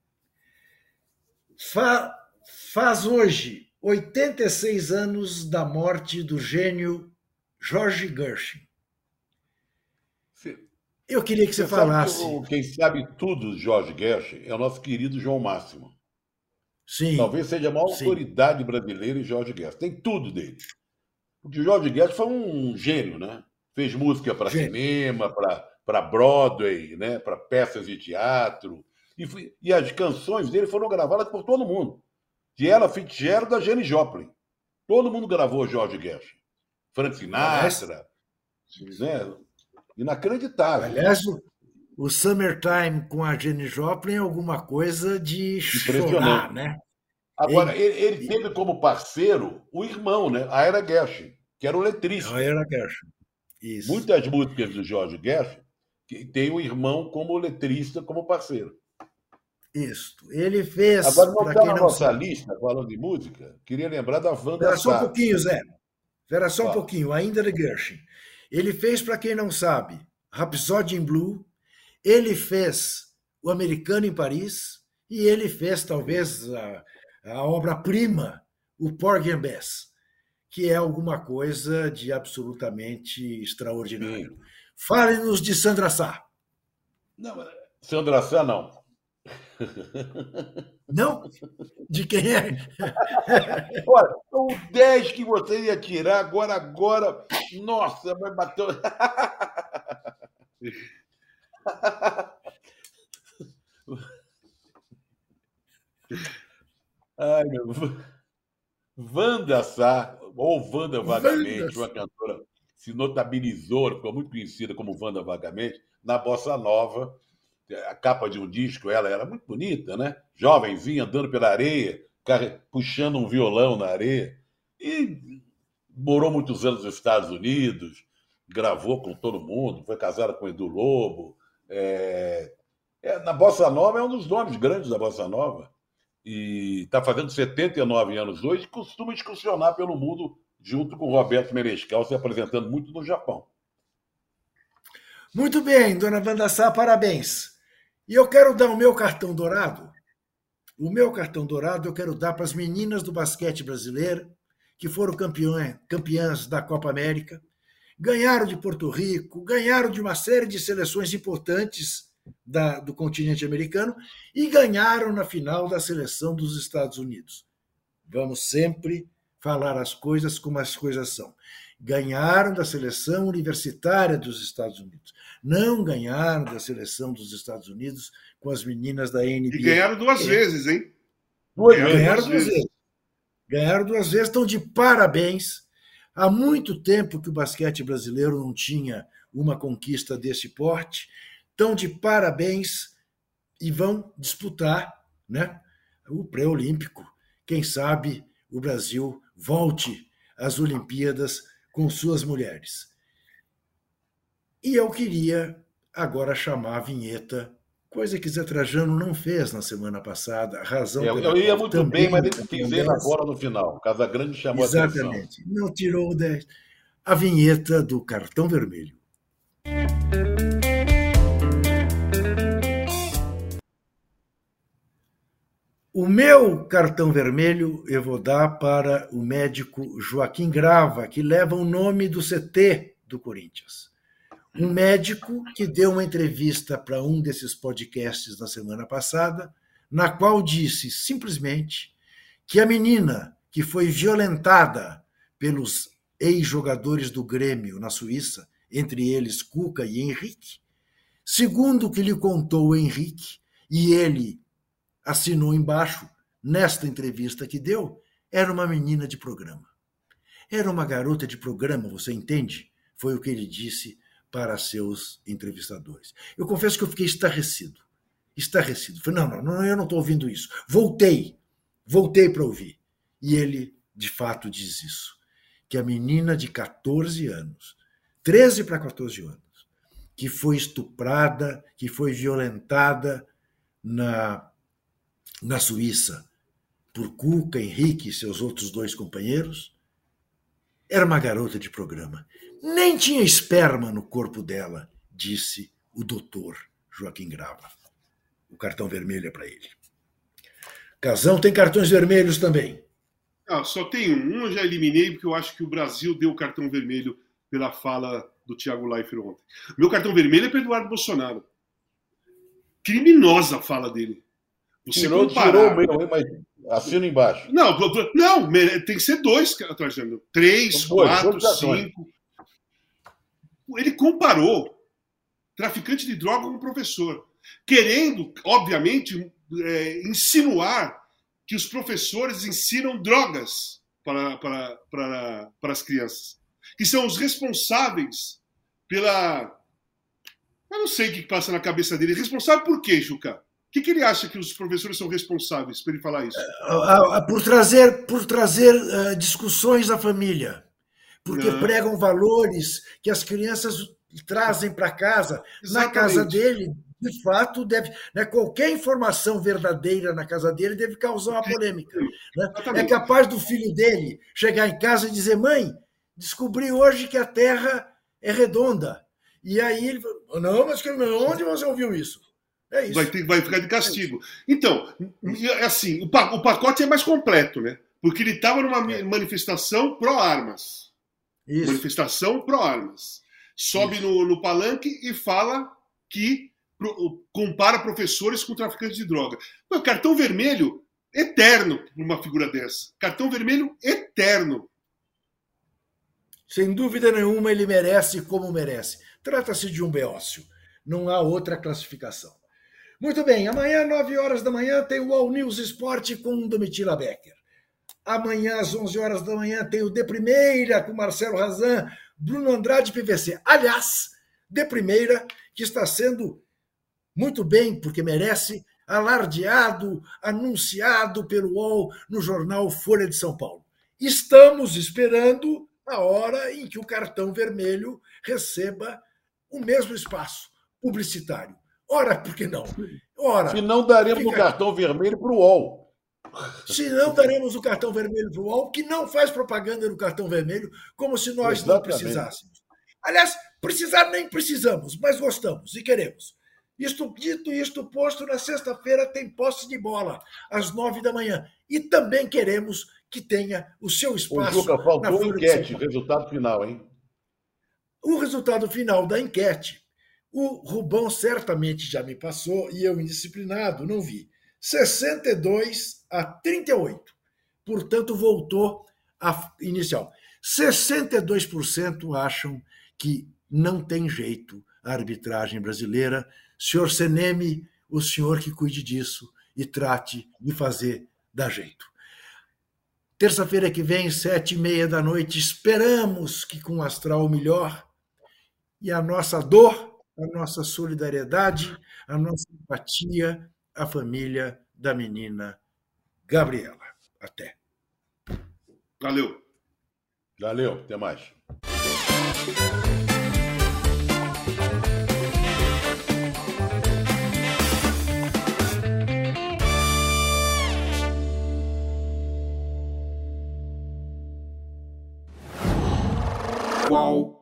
fa- faz hoje oitenta e seis anos da morte do gênio George Gershwin. Eu queria que você, você falasse... Sabe que, quem sabe tudo, George Gershwin, é o nosso querido João Máximo. Sim. Talvez seja a maior sim. autoridade brasileira em George Gershwin. Tem tudo dele. Porque o George Gershwin foi um gênio, né? Fez música para cinema, para Broadway, né? Para peças de teatro. E, foi, e as canções dele foram gravadas por todo mundo. De Ella Fitzgerald a Janis Joplin. Todo mundo gravou George Gershwin. Frank Sinatra. Né? Inacreditável. Aliás, o, o Summertime com a Janis Joplin é alguma coisa de chorar, né? Agora, ele, ele teve como parceiro o irmão, né? A Ira Gershwin, que era o letrista. A Ira Gershwin. Isso. Muitas músicas do George Gershwin que tem o irmão como letrista, como parceiro. Isso. Ele fez... Agora, não está na não nossa sabe. lista, falando de música, queria lembrar da Wanda Espera só Sá. um pouquinho, Zé. Espera só Fala. um pouquinho, ainda de Gershwin. Ele fez, para quem não sabe, Rhapsody in Blue, ele fez O Americano em Paris e ele fez, talvez, a, a obra-prima, o Porgy and Bess, que é alguma coisa de absolutamente extraordinário. Sim. Fale-nos de Sandra Sá. Não, Sandra Sá, não. Não? De quem é? Olha, o dez que você ia tirar, agora, agora... Nossa, vai bater... Ai, meu... Wanda Sá, ou Wanda Vagamente, Wanda. Uma cantora se notabilizou, ficou muito conhecida como Wanda Vagamente, na Bossa Nova. A capa de um disco, ela era muito bonita, né? Jovenzinha, andando pela areia, puxando um violão na areia. E morou muitos anos nos Estados Unidos, gravou com todo mundo, foi casada com Edu Lobo. É... É, na Bossa Nova é um dos nomes grandes da Bossa Nova. E está fazendo setenta e nove anos hoje e costuma excursionar pelo mundo junto com o Roberto Menescal, se apresentando muito no Japão. Muito bem, dona Wanda Sá, parabéns. E eu quero dar o meu cartão dourado. O meu cartão dourado eu quero dar para as meninas do basquete brasileiro, que foram campeões, campeãs da Copa América, ganharam de Porto Rico, ganharam de uma série de seleções importantes da, do continente americano e ganharam na final da seleção dos Estados Unidos. Vamos sempre falar as coisas como as coisas são. Ganharam da seleção universitária dos Estados Unidos. Não ganharam da seleção dos Estados Unidos com as meninas da N B A. E ganharam duas é. vezes, hein? Duas ganharam duas vezes. vezes. Ganharam duas vezes, estão de parabéns. Há muito tempo que o basquete brasileiro não tinha uma conquista desse porte. Estão de parabéns e vão disputar, né, o pré-olímpico. Quem sabe o Brasil volte às Olimpíadas com suas mulheres. E eu queria agora chamar a vinheta, coisa que Zé Trajano não fez na semana passada. A razão Eu, pela eu ia qual muito também bem, mas o ele Cartão pisei na dez bola no final. Casagrande chamou a atenção. Exatamente. Não tirou o dez. A vinheta do Cartão Vermelho. O meu cartão vermelho eu vou dar para o médico Joaquim Grava, que leva o nome do C T do Corinthians. Um médico que deu uma entrevista para um desses podcasts na semana passada, na qual disse simplesmente que a menina que foi violentada pelos ex-jogadores do Grêmio na Suíça, entre eles Cuca e Henrique, segundo o que lhe contou o Henrique, e ele assinou embaixo, nesta entrevista que deu, era uma menina de programa. Era uma garota de programa, você entende? Foi o que ele disse para seus entrevistadores. Eu confesso que eu fiquei estarrecido. Estarrecido. Falei, não, não, não eu não estou ouvindo isso. Voltei. Voltei para ouvir. E ele, de fato, diz isso. Que a menina de catorze anos, treze para catorze anos, que foi estuprada, que foi violentada na, na Suíça por Cuca, Henrique e seus outros dois companheiros, era uma garota de programa. Nem tinha esperma no corpo dela, disse o doutor Joaquim Grava. O cartão vermelho é para ele. Casão tem cartões vermelhos também. Ah, só tem um. Um eu já eliminei, porque eu acho que o Brasil deu o cartão vermelho pela fala do Thiago Leifert ontem. Meu cartão vermelho é para Eduardo Bolsonaro. Criminosa a fala dele. Você tirou, comparar... tirou o meu, mas assina embaixo. Não, não, tem que ser dois, Trajano. Três, Dois, quatro, dois cinco. Ele comparou traficante de droga com professor, querendo, obviamente, é, insinuar que os professores ensinam drogas para, para, para, para as crianças, que são os responsáveis pela... Eu não sei o que passa na cabeça dele. Responsável por quê, Juca? O que, que ele acha que os professores são responsáveis por ele falar isso? Por trazer, por trazer uh, discussões à família. Porque não. Pregam valores que as crianças trazem para casa. Exatamente. Na casa dele, de fato, deve, né, qualquer informação verdadeira na casa dele deve causar uma polêmica. Né? É capaz do filho dele chegar em casa e dizer: mãe, descobri hoje que a Terra é redonda. E aí ele fala: não, mas onde você ouviu isso? É isso. Vai, ter, vai ficar de castigo. Então, assim, o pacote é mais completo, né? Porque ele estava numa manifestação pró-armas. Isso. Manifestação pró-armas. Sobe no, no palanque e fala que pro, compara professores com traficantes de droga. Pô, cartão vermelho eterno para uma figura dessa. Cartão vermelho eterno. Sem dúvida nenhuma, ele merece como merece. Trata-se de um beócio. Não há outra classificação. Muito bem, amanhã, nove horas da manhã, tem o All News Esporte com Domitila Becker. Amanhã, às onze horas da manhã, tem o De Primeira com Marcelo Razan, Bruno Andrade P V C. Aliás, De Primeira, que está sendo muito bem, porque merece, alardeado, anunciado pelo U O L no jornal Folha de São Paulo. Estamos esperando a hora em que o cartão vermelho receba o mesmo espaço publicitário. Ora, por que não? Ora, se não, daremos o cartão vermelho para o U O L. Se não, daremos o cartão vermelho para o U O L, que não faz propaganda no cartão vermelho, como se nós Exatamente. não precisássemos. Aliás, precisar nem precisamos, mas gostamos e queremos. Isto dito e isto posto, na sexta-feira tem posse de bola, às nove da manhã. E também queremos que tenha o seu espaço. Ô, Juca, faltou enquete, resultado final, hein? O resultado final da enquete, o Rubão certamente já me passou e eu, indisciplinado, não vi. sessenta e dois a trinta e oito. Portanto, voltou à inicial. sessenta e dois por cento acham que não tem jeito a arbitragem brasileira. Senhor Seneme, o senhor que cuide disso e trate de fazer dar jeito. Terça-feira que vem, sete e meia da noite, esperamos que com um astral melhor e a nossa dor, a nossa solidariedade, a nossa empatia, a família da menina Gabriela. Até. Valeu. Valeu, até mais. Qual?